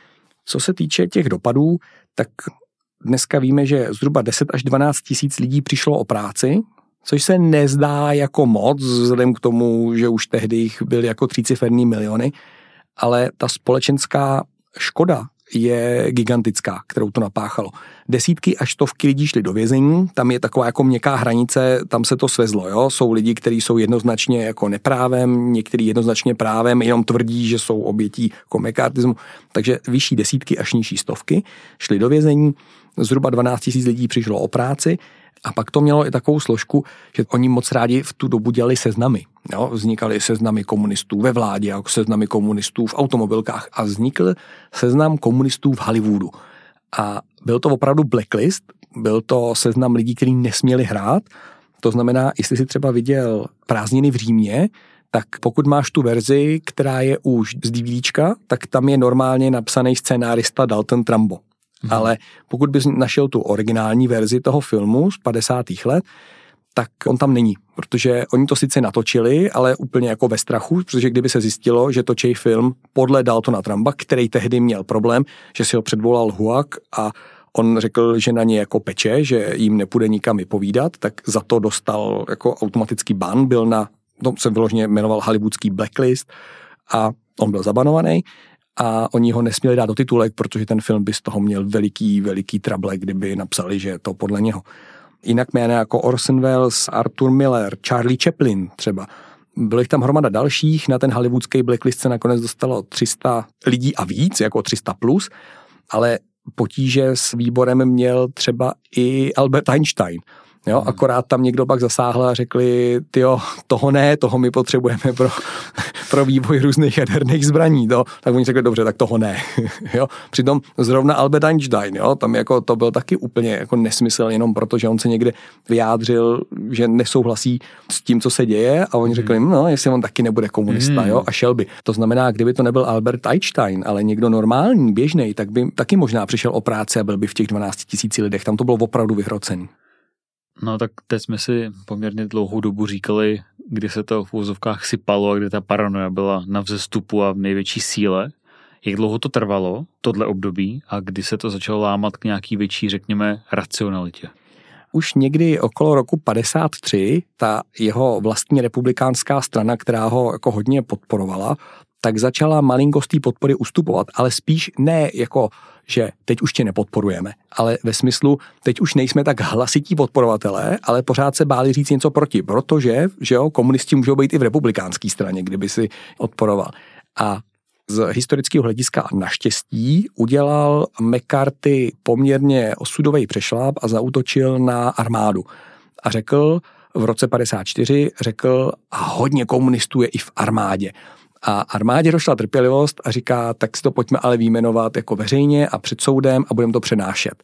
Co se týče těch dopadů, tak dneska víme, že zhruba 10 až 12 tisíc lidí přišlo o práci, což se nezdá jako moc, vzhledem k tomu, že už tehdy jich byly jako 3ciferný miliony, ale ta společenská škoda je gigantická, kterou to napáchalo. Desítky až stovky lidí šly do vězení, tam je taková jako měkká hranice, tam se to svezlo, jo? Jsou lidi, kteří jsou jednoznačně jako neprávem, někteří jednoznačně právem, jenom tvrdí, že jsou obětí jako mekartismu, takže vyšší desítky až nižší stovky šly do vězení, zhruba 12 000 lidí přišlo o práci a pak to mělo i takovou složku, že oni moc rádi v tu dobu dělali seznamy. Jo? Vznikaly seznamy komunistů ve vládě, jako seznamy komunistů v automobilkách a vznikl seznam komunistů v Hollywoodu. A byl to opravdu blacklist, byl to seznam lidí, kteří nesměli hrát. To znamená, jestli si třeba viděl Prázdniny v Římě, tak pokud máš tu verzi, která je už z DVDčka, tak tam je normálně napsaný scénárista Dalton Trumbo. Ale pokud bys našel tu originální verzi toho filmu z 50. let, tak on tam není, protože oni to sice natočili, ale úplně jako ve strachu, protože kdyby se zjistilo, že točí film podle Daltona Trumba, který tehdy měl problém, že si ho předvolal Huak a on řekl, že na ně jako peče, že jim nepůjde nikam vypovídat, tak za to dostal jako automatický ban, byl na, to se vyloženě jmenoval hollywoodský blacklist a on byl zabanovaný. A oni ho nesměli dát do titulek, protože ten film by z toho měl veliký trable, kdyby napsali, že je to podle něho. Jinak jména jako Orson Welles, Arthur Miller, Charlie Chaplin třeba. Bylo jich tam hromada dalších, na ten hollywoodský blacklist se nakonec dostalo 300 lidí a víc, jako 300 plus, ale potíže s výborem měl třeba i Albert Einstein. Jo, akorát tam někdo pak zasáhl a řekli, tyjo, toho ne, toho my potřebujeme pro pro vývoj různých jaderných zbraní, tak oni řekli, dobře, tak toho ne. Jo? Přitom zrovna Albert Einstein, jo? Tam jako to byl taky úplně jako nesmysl, jenom proto, že on se někde vyjádřil, že nesouhlasí s tím, co se děje, a oni řekli, no, jestli on taky nebude komunista, jo, a šel by. To znamená, kdyby to nebyl Albert Einstein, ale někdo normální, běžný, tak by taky možná přišel o práci a byl by v těch 12 000 lidech. Tam to bylo opravdu vyhrocený. No tak teď jsme si poměrně dlouhou dobu říkali, kdy se to v úvozovkách sypalo a kdy ta paranoia byla na vzestupu a v největší síle. Jak dlouho to trvalo, tohle období, a kdy se to začalo lámat k nějaký větší, řekněme, racionalitě? Už někdy okolo roku 53 ta jeho vlastní republikánská strana, která ho jako hodně podporovala, tak začala malinko z té podpory ustupovat, ale spíš ne jako, že teď už tě nepodporujeme, ale ve smyslu, teď už nejsme tak hlasití podporovatelé, ale pořád se báli říct něco proti, protože, že jo, komunisti můžou být i v republikánské straně, kdyby si odporoval. A z historického hlediska naštěstí udělal McCarthy poměrně osudový přešláp a zaútočil na armádu. A řekl v roce 54, a hodně komunistů je i v armádě. A armádě došla trpělivost a říká, tak si to pojďme ale vyjmenovat jako veřejně a před soudem a budeme to přenášet.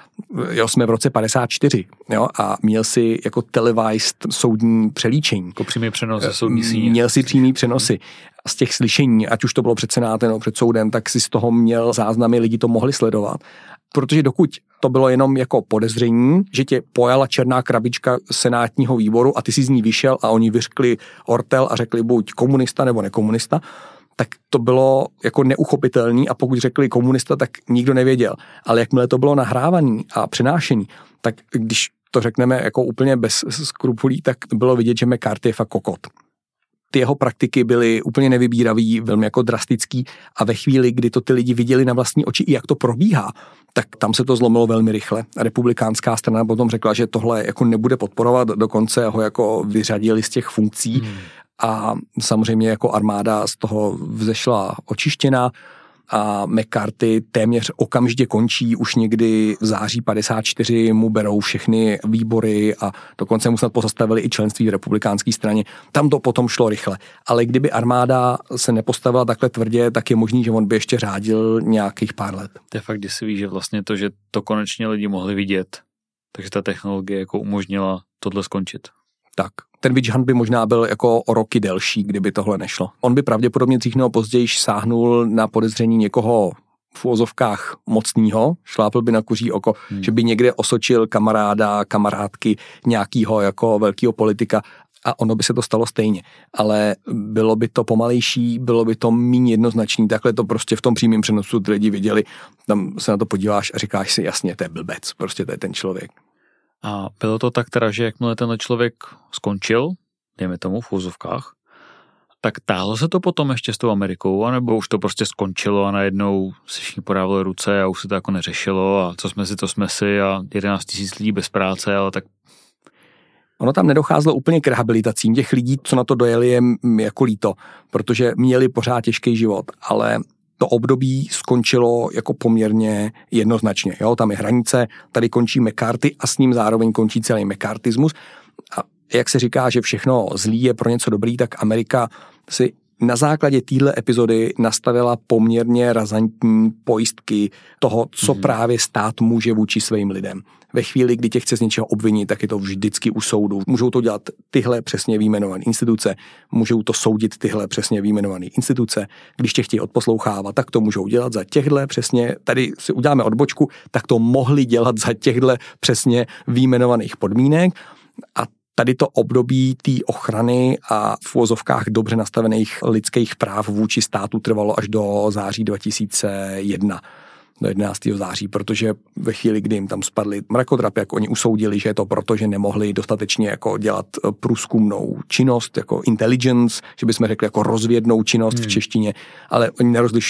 Jo, jsme v roce 54, jo, a měl si jako televised soudní přelíčení. Jako přímý přenos ze soudní síně. Měl si přímý přenosy z těch slyšení, ať už to bylo před senátem nebo před soudem, tak si z toho měl záznamy, lidi to mohli sledovat. Protože dokud to bylo jenom jako podezření, že tě pojala černá krabička senátního výboru a ty si z ní vyšel a oni vyřkli ortel a řekli buď komunista nebo nekomunista, tak to bylo jako neuchopitelný, a pokud řekli komunista, tak nikdo nevěděl. Ale jakmile to bylo nahrávaný a přenášení, tak když to řekneme jako úplně bez skrupulí, tak bylo vidět, že McCarthy je fakt kokot. Ty jeho praktiky byly úplně nevybíravý, velmi jako drastický, a ve chvíli, kdy to ty lidi viděli na vlastní oči i jak to probíhá, tak tam se to zlomilo velmi rychle. Republikánská strana potom řekla, že tohle jako nebude podporovat, dokonce ho jako vyřadili z těch funkcí. A samozřejmě jako armáda z toho vzešla očištěna a McCarthy téměř okamžitě končí, už někdy v září 54 mu berou všechny výbory a dokonce mu snad pozastavili i členství v republikánské straně. Tam to potom šlo rychle. Ale kdyby armáda se nepostavila takhle tvrdě, tak je možný, že on by ještě řádil nějakých pár let. To je fakt děsivý, že vlastně to, že to konečně lidi mohli vidět, takže ta technologie jako umožnila tohle skončit. Tak. Ten witch hunt by možná byl jako o roky delší, kdyby tohle nešlo. On by pravděpodobně dřív nebo později sáhnul na podezření někoho v uvozovkách mocnýho, šlápl by na kuří oko, že by někde osočil kamaráda, kamarádky nějakýho jako velkýho politika, a ono by se to stalo stejně. Ale bylo by to pomalejší, bylo by to méně jednoznačný, takhle to prostě v tom přímém přenosu ty lidi viděli, tam se na to podíváš a říkáš si jasně, to je blbec, prostě to je ten člověk. A bylo to tak teda, že jakmile tenhle člověk skončil, dejme tomu v úzovkách, tak táhlo se to potom ještě s tou Amerikou, anebo už to prostě skončilo a najednou si všichni podávali ruce a už se to jako neřešilo a co jsme si, to jsme si a 11 000 lidí bez práce, ale tak... Ono tam nedocházelo úplně k rehabilitacím. Těch lidí, co na to dojeli, je jako líto, protože měli pořád těžký život, ale to období skončilo jako poměrně jednoznačně. Jo? Tam je hranice, tady končí McCarthy a s ním zároveň končí celý McCarthyismus. A jak se říká, že všechno zlý je pro něco dobrý, tak Amerika si na základě téhle epizody nastavila poměrně razantní pojistky toho, co právě stát může vůči svým lidem. Ve chvíli, kdy tě chce z něčeho obvinit, tak je to vždycky u soudu. Můžou to dělat tyhle přesně vyjmenované instituce, můžou to soudit tyhle přesně vyjmenované instituce. Když tě chtějí odposlouchávat, tak to můžou dělat za těchhle přesně, tady si uděláme odbočku, tak to mohli dělat za těchhle přesně vyjmenovaných podmínek. A tady to období té ochrany a v uvozovkách dobře nastavených lidských práv vůči státu trvalo až do září 2001. Do 11. září, protože ve chvíli, kdy jim tam spadly mrakodrapy, jak oni usoudili, že je to proto, že nemohli dostatečně jako dělat průzkumnou činnost, jako intelligence, že bychom řekli jako rozvědnou činnost v češtině, ale oni nerozlišou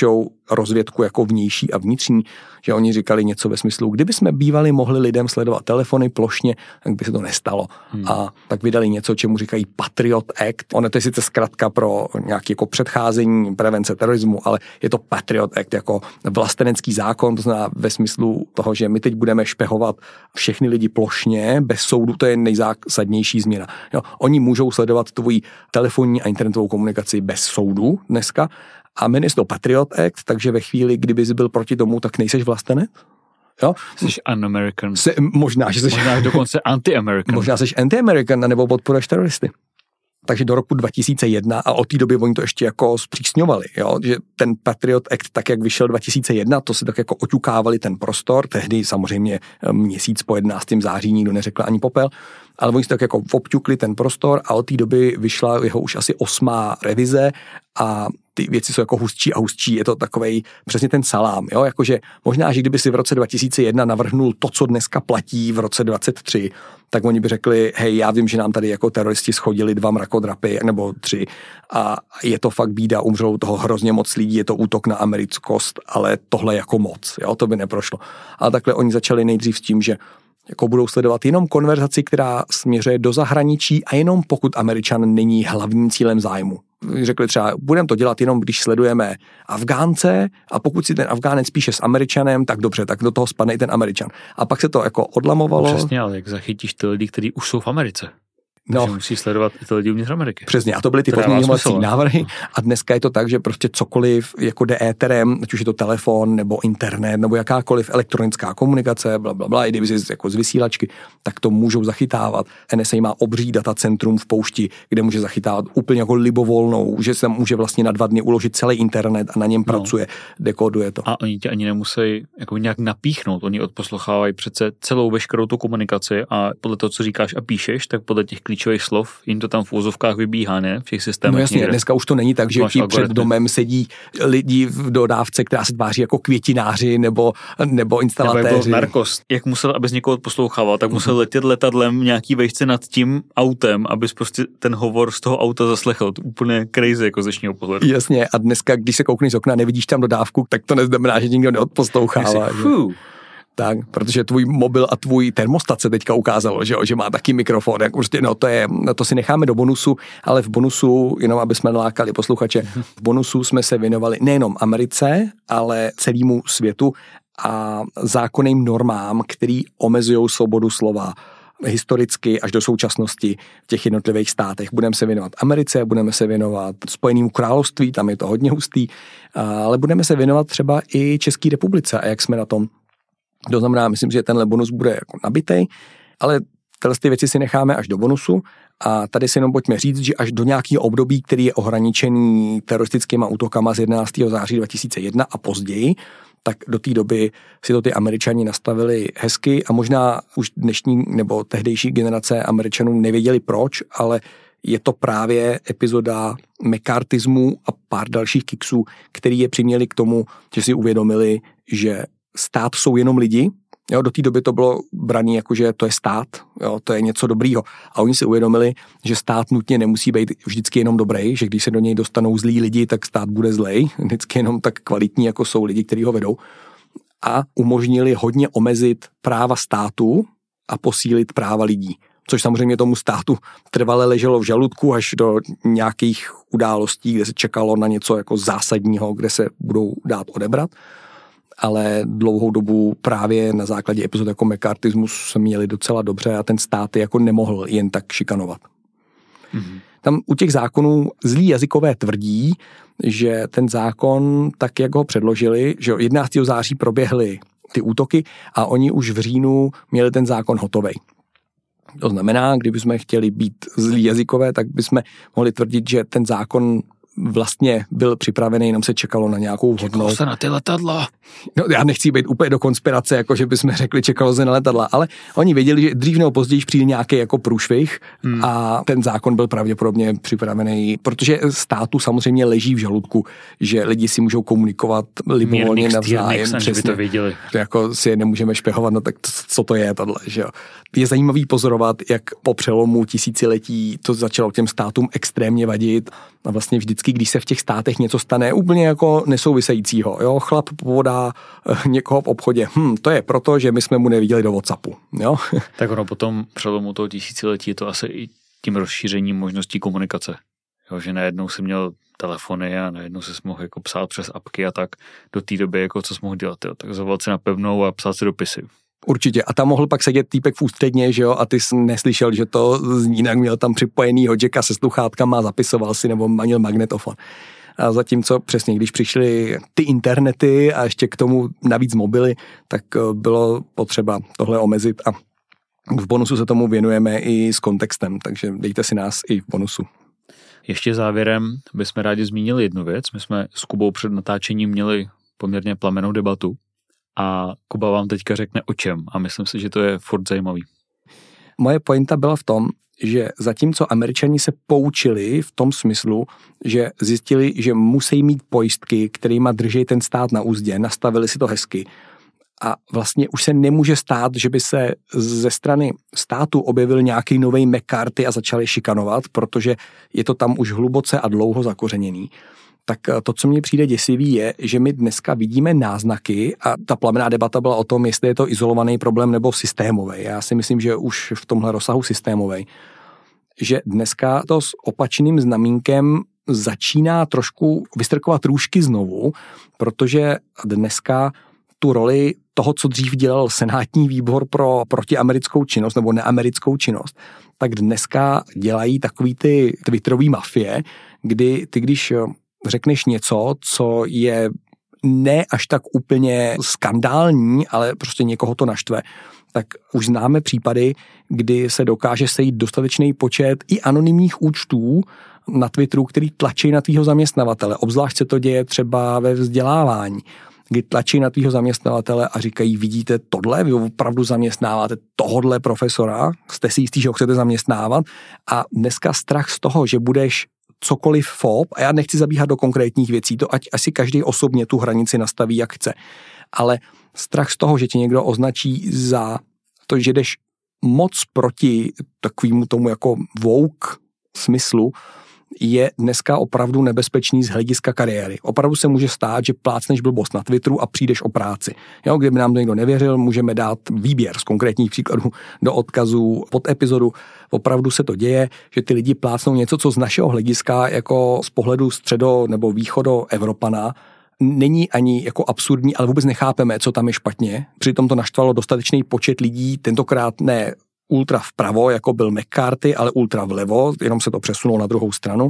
rozvědku jako vnější a vnitřní, že oni říkali něco ve smyslu, kdyby jsme bývali mohli lidem sledovat telefony plošně, tak by se to nestalo. A tak vydali něco, čemu říkají Patriot Act. Ono to je sice zkratka pro nějaké jako předcházení, prevence terorismu, ale je to Patriot Act jako vlastenecký zákon, to znamená ve smyslu toho, že my teď budeme špehovat všechny lidi plošně, bez soudu, to je nejzásadnější změna. Jo, oni můžou sledovat tvoji telefonní a internetovou komunikaci bez soudu dneska a jmenuje se to Patriot Act, takže ve chvíli, kdyby jsi byl proti tomu, tak nejseš vlastenec. Jo? Jsi un-American. Možná dokonce anti-American. Možná jsi anti-American, nebo podporuješ teroristy. Takže do roku 2001 a od té doby oni to ještě jako zpřísňovali, jo? Že ten Patriot Act, tak jak vyšel 2001, to si tak jako oťukávali ten prostor, tehdy samozřejmě měsíc po 11. září nikdo neřekl ani popel, ale oni si tak jako obťukli ten prostor a od té doby vyšla jeho už asi 8. revize a ty věci jsou jako hustší a hustší, je to takovej přesně ten salám, jo, jakože možná, že kdyby si v roce 2001 navrhnul to, co dneska platí v roce 2023, tak oni by řekli, hej, já vím, že nám tady jako teroristi schodili 2 mrakodrapy nebo 3 a je to fakt bída, umřou toho hrozně moc lidí, je to útok na americkost, ale tohle jako moc, jo, to by neprošlo. Ale takhle oni začali nejdřív s tím, že jako budou sledovat jenom konverzaci, která směřuje do zahraničí a jenom pokud Američan není hlavním cílem zájmu. Řekli třeba, budeme to dělat jenom, když sledujeme Afgánce a pokud si ten Afgánec píše s Američanem, tak dobře, tak do toho spadne i ten Američan. A pak se to jako odlamovalo. Přesně, ale jak zachytíš ty lidi, kteří už jsou v Americe? No, musí sledovat i ty lidi uvnitř Ameriky. Přesně, a to byly ty pozměňovací návrhy a dneska je to tak, že prostě cokoliv jako jde éterem, ať už je to telefon nebo internet nebo jakákoliv elektronická komunikace, blablabla, i kdyby si jako z vysílačky, tak to můžou zachytávat. NSA má obří datacentrum v poušti, kde může zachytávat úplně jako libovolnou, že se může vlastně na 2 dny uložit celý internet a na něm pracuje, dekoduje to. A oni tě ani nemusí jako nějak napíchnout, oni odposlouchávají přece celou veškerou tu komunikaci a podle toho, co říkáš a píšeš, tak podle těch klíčových slov, jim to tam v úzovkách vybíhá, ne? V těch systémech. No jasně, dneska už to není tak, že ti před domem sedí lidi v dodávce, která se tváří jako květináři nebo instalatéři. Nebo jako narkos. Jak musel, abys někoho odposlouchával, tak musel letět letadlem nějaký vejšce nad tím autem, abys prostě ten hovor z toho auta zaslechl. To úplně crazy jako z dnešního pohledu. Jasně, a dneska, když se koukneš z okna, nevidíš tam dodávku, tak to neznamená, že nikdo neodposlouchává. Tak, protože tvůj mobil a tvůj termostat se teďka ukázalo, že má taky mikrofon, jak prostě, to si necháme do bonusu, ale v bonusu, jenom aby jsme nalákali posluchače, v bonusu jsme se věnovali nejenom Americe, ale celému světu a zákonným normám, který omezují svobodu slova historicky až do současnosti v těch jednotlivých státech. Budeme se věnovat Americe, budeme se věnovat Spojenému království, tam je to hodně hustý, ale budeme se věnovat třeba i České republice a jak jsme na tom. To znamená, myslím, že tenhle bonus bude jako nabitej, ale ty věci si necháme až do bonusu a tady si jenom pojďme říct, že až do nějakého období, který je ohraničený teroristickýma útokama z 11. září 2001 a později, tak do té doby si to ty Američani nastavili hezky a možná už dnešní nebo tehdejší generace Američanů nevěděli proč, ale je to právě epizoda mekartismu a pár dalších kiksů, který je přiměli k tomu, že si uvědomili, že stát jsou jenom lidi. Jo, do té doby to bylo braný jako, že to je stát, jo, to je něco dobrýho. A oni si uvědomili, že stát nutně nemusí být vždycky jenom dobrý, že když se do něj dostanou zlí lidi, tak stát bude zlej. Vždycky jenom tak kvalitní, jako jsou lidi, kteří ho vedou. A umožnili hodně omezit práva státu a posílit práva lidí. Což samozřejmě tomu státu trvale leželo v žaludku až do nějakých událostí, kde se čekalo na něco jako zásadního, kde se budou dát odebrat. Ale dlouhou dobu právě na základě epizod jako mekartismus se měli docela dobře a ten stát jako nemohl jen tak šikanovat. Mm-hmm. Tam u těch zákonů zlí jazykové tvrdí, že ten zákon, tak jak ho předložili, že 11. září proběhly ty útoky a oni už v říjnu měli ten zákon hotovej. To znamená, kdybychom chtěli být zlí jazykové, tak bychom mohli tvrdit, že ten zákon vlastně byl připravený, jenom se čekalo na nějakou vhodnou. Čekalo se na ty letadla. No, já nechci být úplně do konspirace, jako že bychom řekli, čekalo se na letadla, ale oni věděli, že dřív nebo později přijde nějaký jako průšvih a ten zákon byl pravděpodobně připravený, protože státu samozřejmě leží v žaludku, že lidi si můžou komunikovat libovolně navzájem. Přesně, by to věděli. Jako si je nemůžeme špehovat, no tak co to je tohle, že jo. Je zajímavý pozorovat, jak po přelomu tisíciletí to začalo těm státům extrémně vadit a vlastně vždycky vždycky, když se v těch státech něco stane úplně jako nesouvisejícího. Jo? Chlap podá někoho v obchodě. To je proto, že my jsme mu neviděli do WhatsAppu. Jo? Tak ono potom přelomu toho tisíciletí je to asi i tím rozšířením možností komunikace. Jo, že najednou si měl telefony a najednou si mohl jako psát přes apky a tak do té doby, jako co jsi mohl dělat. Jo? Tak zavolat si na pevnou a psát si dopisy. Určitě. A tam mohl pak sedět týpek v ústředně, že jo, a ty jsi neslyšel, že to zní, jak měl tam připojenýho jacka se sluchátkama, zapisoval si nebo měl magnetofon. A zatímco přesně, když přišly ty internety a ještě k tomu navíc mobily, tak bylo potřeba tohle omezit a v bonusu se tomu věnujeme i s kontextem, takže dejte si nás i v bonusu. Ještě závěrem bychom rádi zmínili jednu věc. My jsme s Kubou před natáčením měli poměrně plamennou debatu a Kuba vám teďka řekne o čem a myslím si, že to je furt zajímavý. Moje pointa byla v tom, že zatímco Američani se poučili v tom smyslu, že zjistili, že musí mít pojistky, kterýma drží ten stát na úzdě, nastavili si to hezky. A vlastně už se nemůže stát, že by se ze strany státu objevil nějaký novej McCarthy a začali šikanovat, protože je to tam už hluboce a dlouho zakořeněný. Tak to, co mně přijde děsivý, je, že my dneska vidíme náznaky a ta plamenná debata byla o tom, jestli je to izolovaný problém nebo systémový. Já si myslím, že už v tomhle rozsahu systémový. Že dneska to s opačným znamínkem začíná trošku vystrkovat růžky znovu, protože dneska tu roli toho, co dřív dělal senátní výbor pro protiamerickou činnost nebo neamerickou činnost, tak dneska dělají takový ty twitterový mafie, kdy ty, když řekneš něco, co je ne až tak úplně skandální, ale prostě někoho to naštve, tak už známe případy, kdy se dokáže sejít dostatečný počet i anonymních účtů na Twitteru, který tlačí na tvýho zaměstnavatele. Obzvlášť se to děje třeba ve vzdělávání, kdy tlačí na tvýho zaměstnavatele a říkají, vidíte tohle, vy opravdu zaměstnáváte tohodle profesora, jste si jistý, že ho chcete zaměstnávat a dneska strach z toho, že budeš cokoliv FOB, a já nechci zabíhat do konkrétních věcí, to ať asi každý osobně tu hranici nastaví, jak chce, ale strach z toho, že tě někdo označí za to, že jdeš moc proti takovému tomu jako woke smyslu, je dneska opravdu nebezpečný z hlediska kariéry. Opravdu se může stát, že plácneš blbost na Twitteru a přijdeš o práci. Jo, kdyby nám to někdo nevěřil, můžeme dát výběr z konkrétních příkladů do odkazů pod epizodu. Opravdu se to děje, že ty lidi plácnou něco, co z našeho hlediska jako z pohledu středo- nebo východo Evropana není ani jako absurdní, ale vůbec nechápeme, co tam je špatně. Přitom to naštvalo dostatečný počet lidí, tentokrát ne ultra vpravo, jako byl McCarthy, ale ultra vlevo, jenom se to přesunulo na druhou stranu.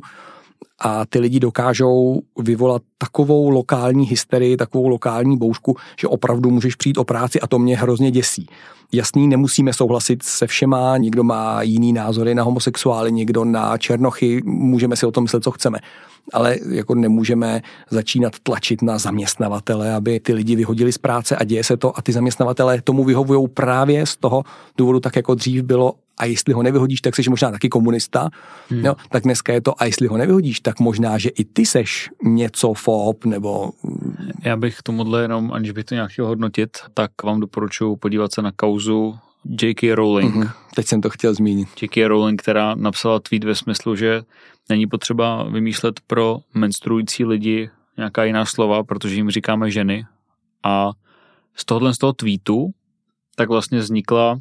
A ty lidi dokážou vyvolat takovou lokální hysterii, takovou lokální bouřku, že opravdu můžeš přijít o práci a to mě hrozně děsí. Jasný, nemusíme souhlasit se všema, někdo má jiný názory na homosexuály, někdo na černochy, můžeme si o tom myslet, co chceme. Ale jako nemůžeme začínat tlačit na zaměstnavatele, aby ty lidi vyhodili z práce a děje se to a ty zaměstnavatele tomu vyhovují právě z toho důvodu, tak jako dřív bylo, a jestli ho nevyhodíš, tak jsi možná taky komunista, no, tak dneska je to, a jestli ho nevyhodíš, tak možná, že i ty seš něco FOB, nebo... Já bych tomuhle jenom, aniž bych to nějak chtěl hodnotit, tak vám doporučuji podívat se na kauzu J.K. Rowling. Teď jsem to chtěl zmínit. J.K. Rowling, která napsala tweet ve smyslu, že není potřeba vymýšlet pro menstruující lidi nějaká jiná slova, protože jim říkáme ženy. A z toho tweetu tak vlastně vznikla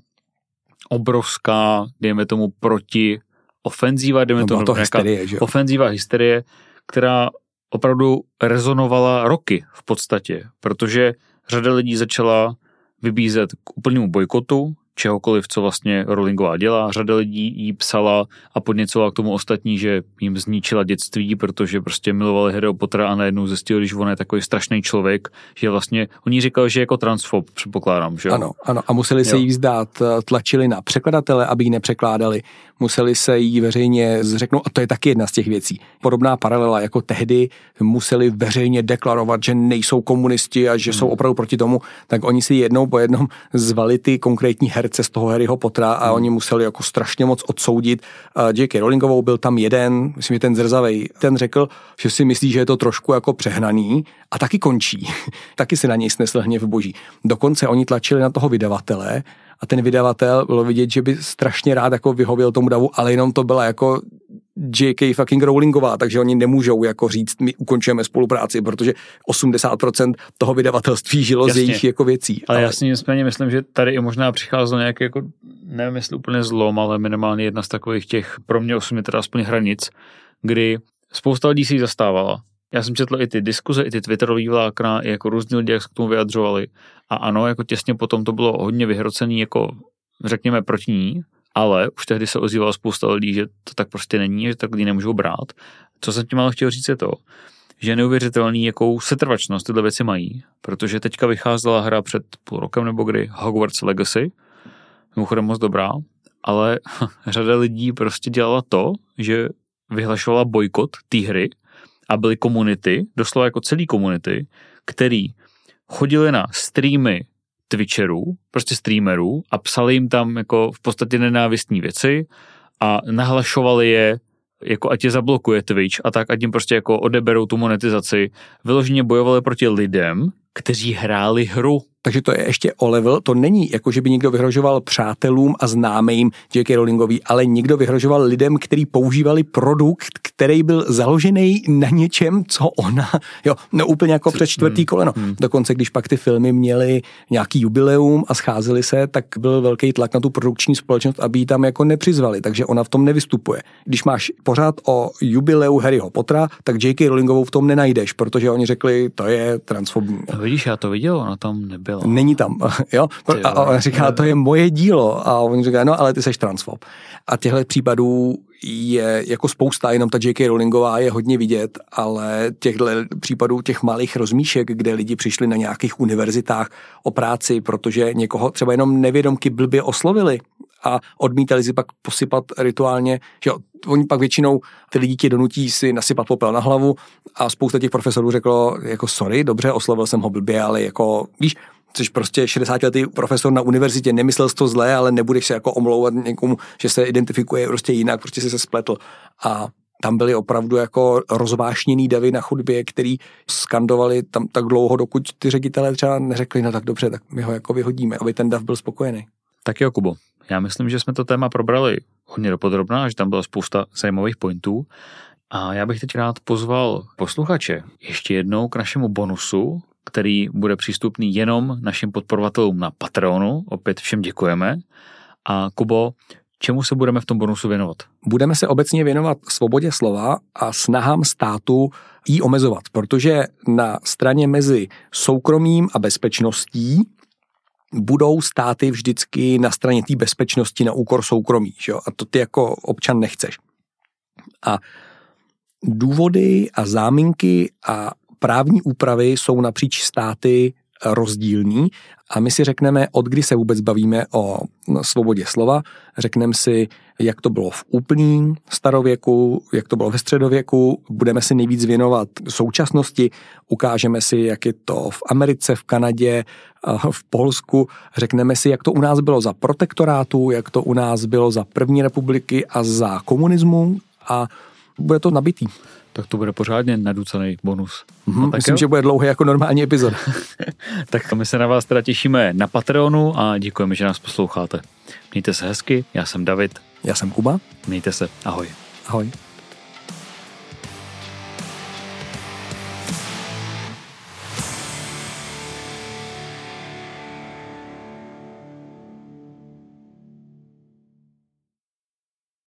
obrovská, dejme tomu, proti ofenzíva, dejme tomu ofenzíva hysterie, která opravdu rezonovala roky v podstatě, protože řada lidí začala vybízet k úplnému bojkotu, čehokoliv, co vlastně Rowlingová dělá. Řada lidí jí psala a podněcovala k tomu ostatní, že jim zničila dětství, protože prostě milovali Harryho Pottera a najednou zjistili, že on je takový strašný člověk, že vlastně, oni říkali, že je jako transfob, předpokládám, že jo? Ano, a museli se jí vzdát, tlačili na překladatele, aby ji nepřekládali, museli se jí veřejně zřeknout, a to je taky jedna z těch věcí. Podobná paralela, jako tehdy museli veřejně deklarovat, že nejsou komunisti a že jsou opravdu proti tomu, tak oni si jednou po jednom zvali ty konkrétní herce z toho Harryho Pottera a oni museli jako strašně moc odsoudit. J.K. Rowlingovou byl tam jeden, myslím, že ten zrzavej, ten řekl, že si myslí, že je to trošku jako přehnaný a taky končí. Taky si na něj snesl hněv boží. Dokonce oni tlačili na toho vydavatele a ten vydavatel bylo vidět, že by strašně rád jako vyhověl tomu davu, ale jenom to byla jako J.K. fucking Rowlingová, takže oni nemůžou jako říct, my ukončujeme spolupráci, protože 80% toho vydavatelství žilo z jejich jako věcí. Ale jasně, nicméně myslím, že tady i možná přicházelo nějaké, jako, nevím jestli úplně zlom, ale minimálně jedna z takových těch, pro mě osobně teda aspoň hranic, kdy spousta lidí si ji zastávala. Já jsem četl i ty diskuze, i ty twitterový vlákna, i jako různí lidi, jak se k tomu vyjadřovali. A ano, jako těsně potom to bylo hodně vyhrocený, jako řekněme proti ní, ale už tehdy se ozývalo spousta lidí, že to tak prostě není, že tak lidi nemůžou brát. Co jsem tím ale chtěl říct je to, že je neuvěřitelný, jakou setrvačnost tyhle věci mají, protože teďka vycházela hra před půl rokem nebo kdy Hogwarts Legacy, mimochodem moc dobrá, ale řada lidí prostě dělala to, že vyhlašovala bojkot té hry a byly komunity, doslova jako celý komunity, který chodili na streamy Twitcherů, prostě streamerů a psali jim tam jako v podstatě nenávistní věci a nahlašovali je, jako ať je zablokuje Twitch a tak, ať jim prostě jako odeberou tu monetizaci. Vyloženě bojovali proti lidem, kteří hráli hru. Takže to je ještě o level, to není jako, že by někdo vyhrožoval přátelům a známým J.K. Rowlingový, ale někdo vyhrožoval lidem, kteří používali produkt, který byl založený na něčem, co ona, jo, no úplně jako před čtvrtý koleno. Dokonce, když pak ty filmy měly nějaký jubileum a scházeli se, tak byl velký tlak na tu produkční společnost, aby ji tam jako nepřizvali, takže ona v tom nevystupuje. Když máš pořád o jubileu Harryho Pottera, tak J.K. Rowlingovou v tom nenajdeš, protože oni řekli, to je transfobní. No vidíš, já to viděl, ona tam nebyla. Není tam, jo. A on říká, to je moje dílo. A on říká, no ale ty seš transfob. A těchto případů je jako spousta, jenom ta J.K. Rowlingová je hodně vidět, ale těchto případů, těch malých rozmíšek, kde lidi přišli na nějakých univerzitách o práci, protože někoho třeba jenom nevědomky blbě oslovili a odmítali si pak posypat rituálně, že jo, oni pak většinou ty lidi ti donutí si nasypat popel na hlavu a spousta těch profesorů řeklo, jako sorry, dobře, oslovil jsem ho blbě, ale jako, víš, což prostě 60letý profesor na univerzitě, nemyslel jsi to zlé, ale nebudeš se jako omlouvat někomu, že se identifikuje prostě jinak, prostě si se spletl. A tam byli opravdu jako rozvášněný davy na chodbě, který skandovali tam tak dlouho, dokud ty ředitelé třeba neřekli, no tak dobře, tak my ho jako vyhodíme, aby ten dav byl spokojený. Tak jo, Kubo, já myslím, že jsme to téma probrali hodně dopodrobná, že tam byla spousta zajímavých pointů. A já bych teď rád pozval posluchače ještě jednou k našemu bonusu, který bude přístupný jenom našim podporovatelům na Patreonu. Opět všem děkujeme. A Kubo, čemu se budeme v tom bonusu věnovat? Budeme se obecně věnovat svobodě slova a snahám státu jí omezovat, protože na straně mezi soukromím a bezpečností budou státy vždycky na straně té bezpečnosti na úkor soukromí, že jo? A to ty jako občan nechceš. A důvody a záminky a právní úpravy jsou napříč státy rozdílní a my si řekneme, od kdy se vůbec bavíme o svobodě slova, řekneme si, jak to bylo v úplném starověku, jak to bylo ve středověku, budeme si nejvíc věnovat současnosti, ukážeme si, jak je to v Americe, v Kanadě, v Polsku, řekneme si, jak to u nás bylo za protektorátu, jak to u nás bylo za první republiky a za komunismu a bude to nabitý. Tak to bude pořádně naducený bonus. No, myslím, že bude dlouhý jako normální epizoda. Tak my se na vás teda těšíme na Patreonu a děkujeme, že nás posloucháte. Mějte se hezky, já jsem David. Já jsem Kuba. Mějte se, ahoj. Ahoj.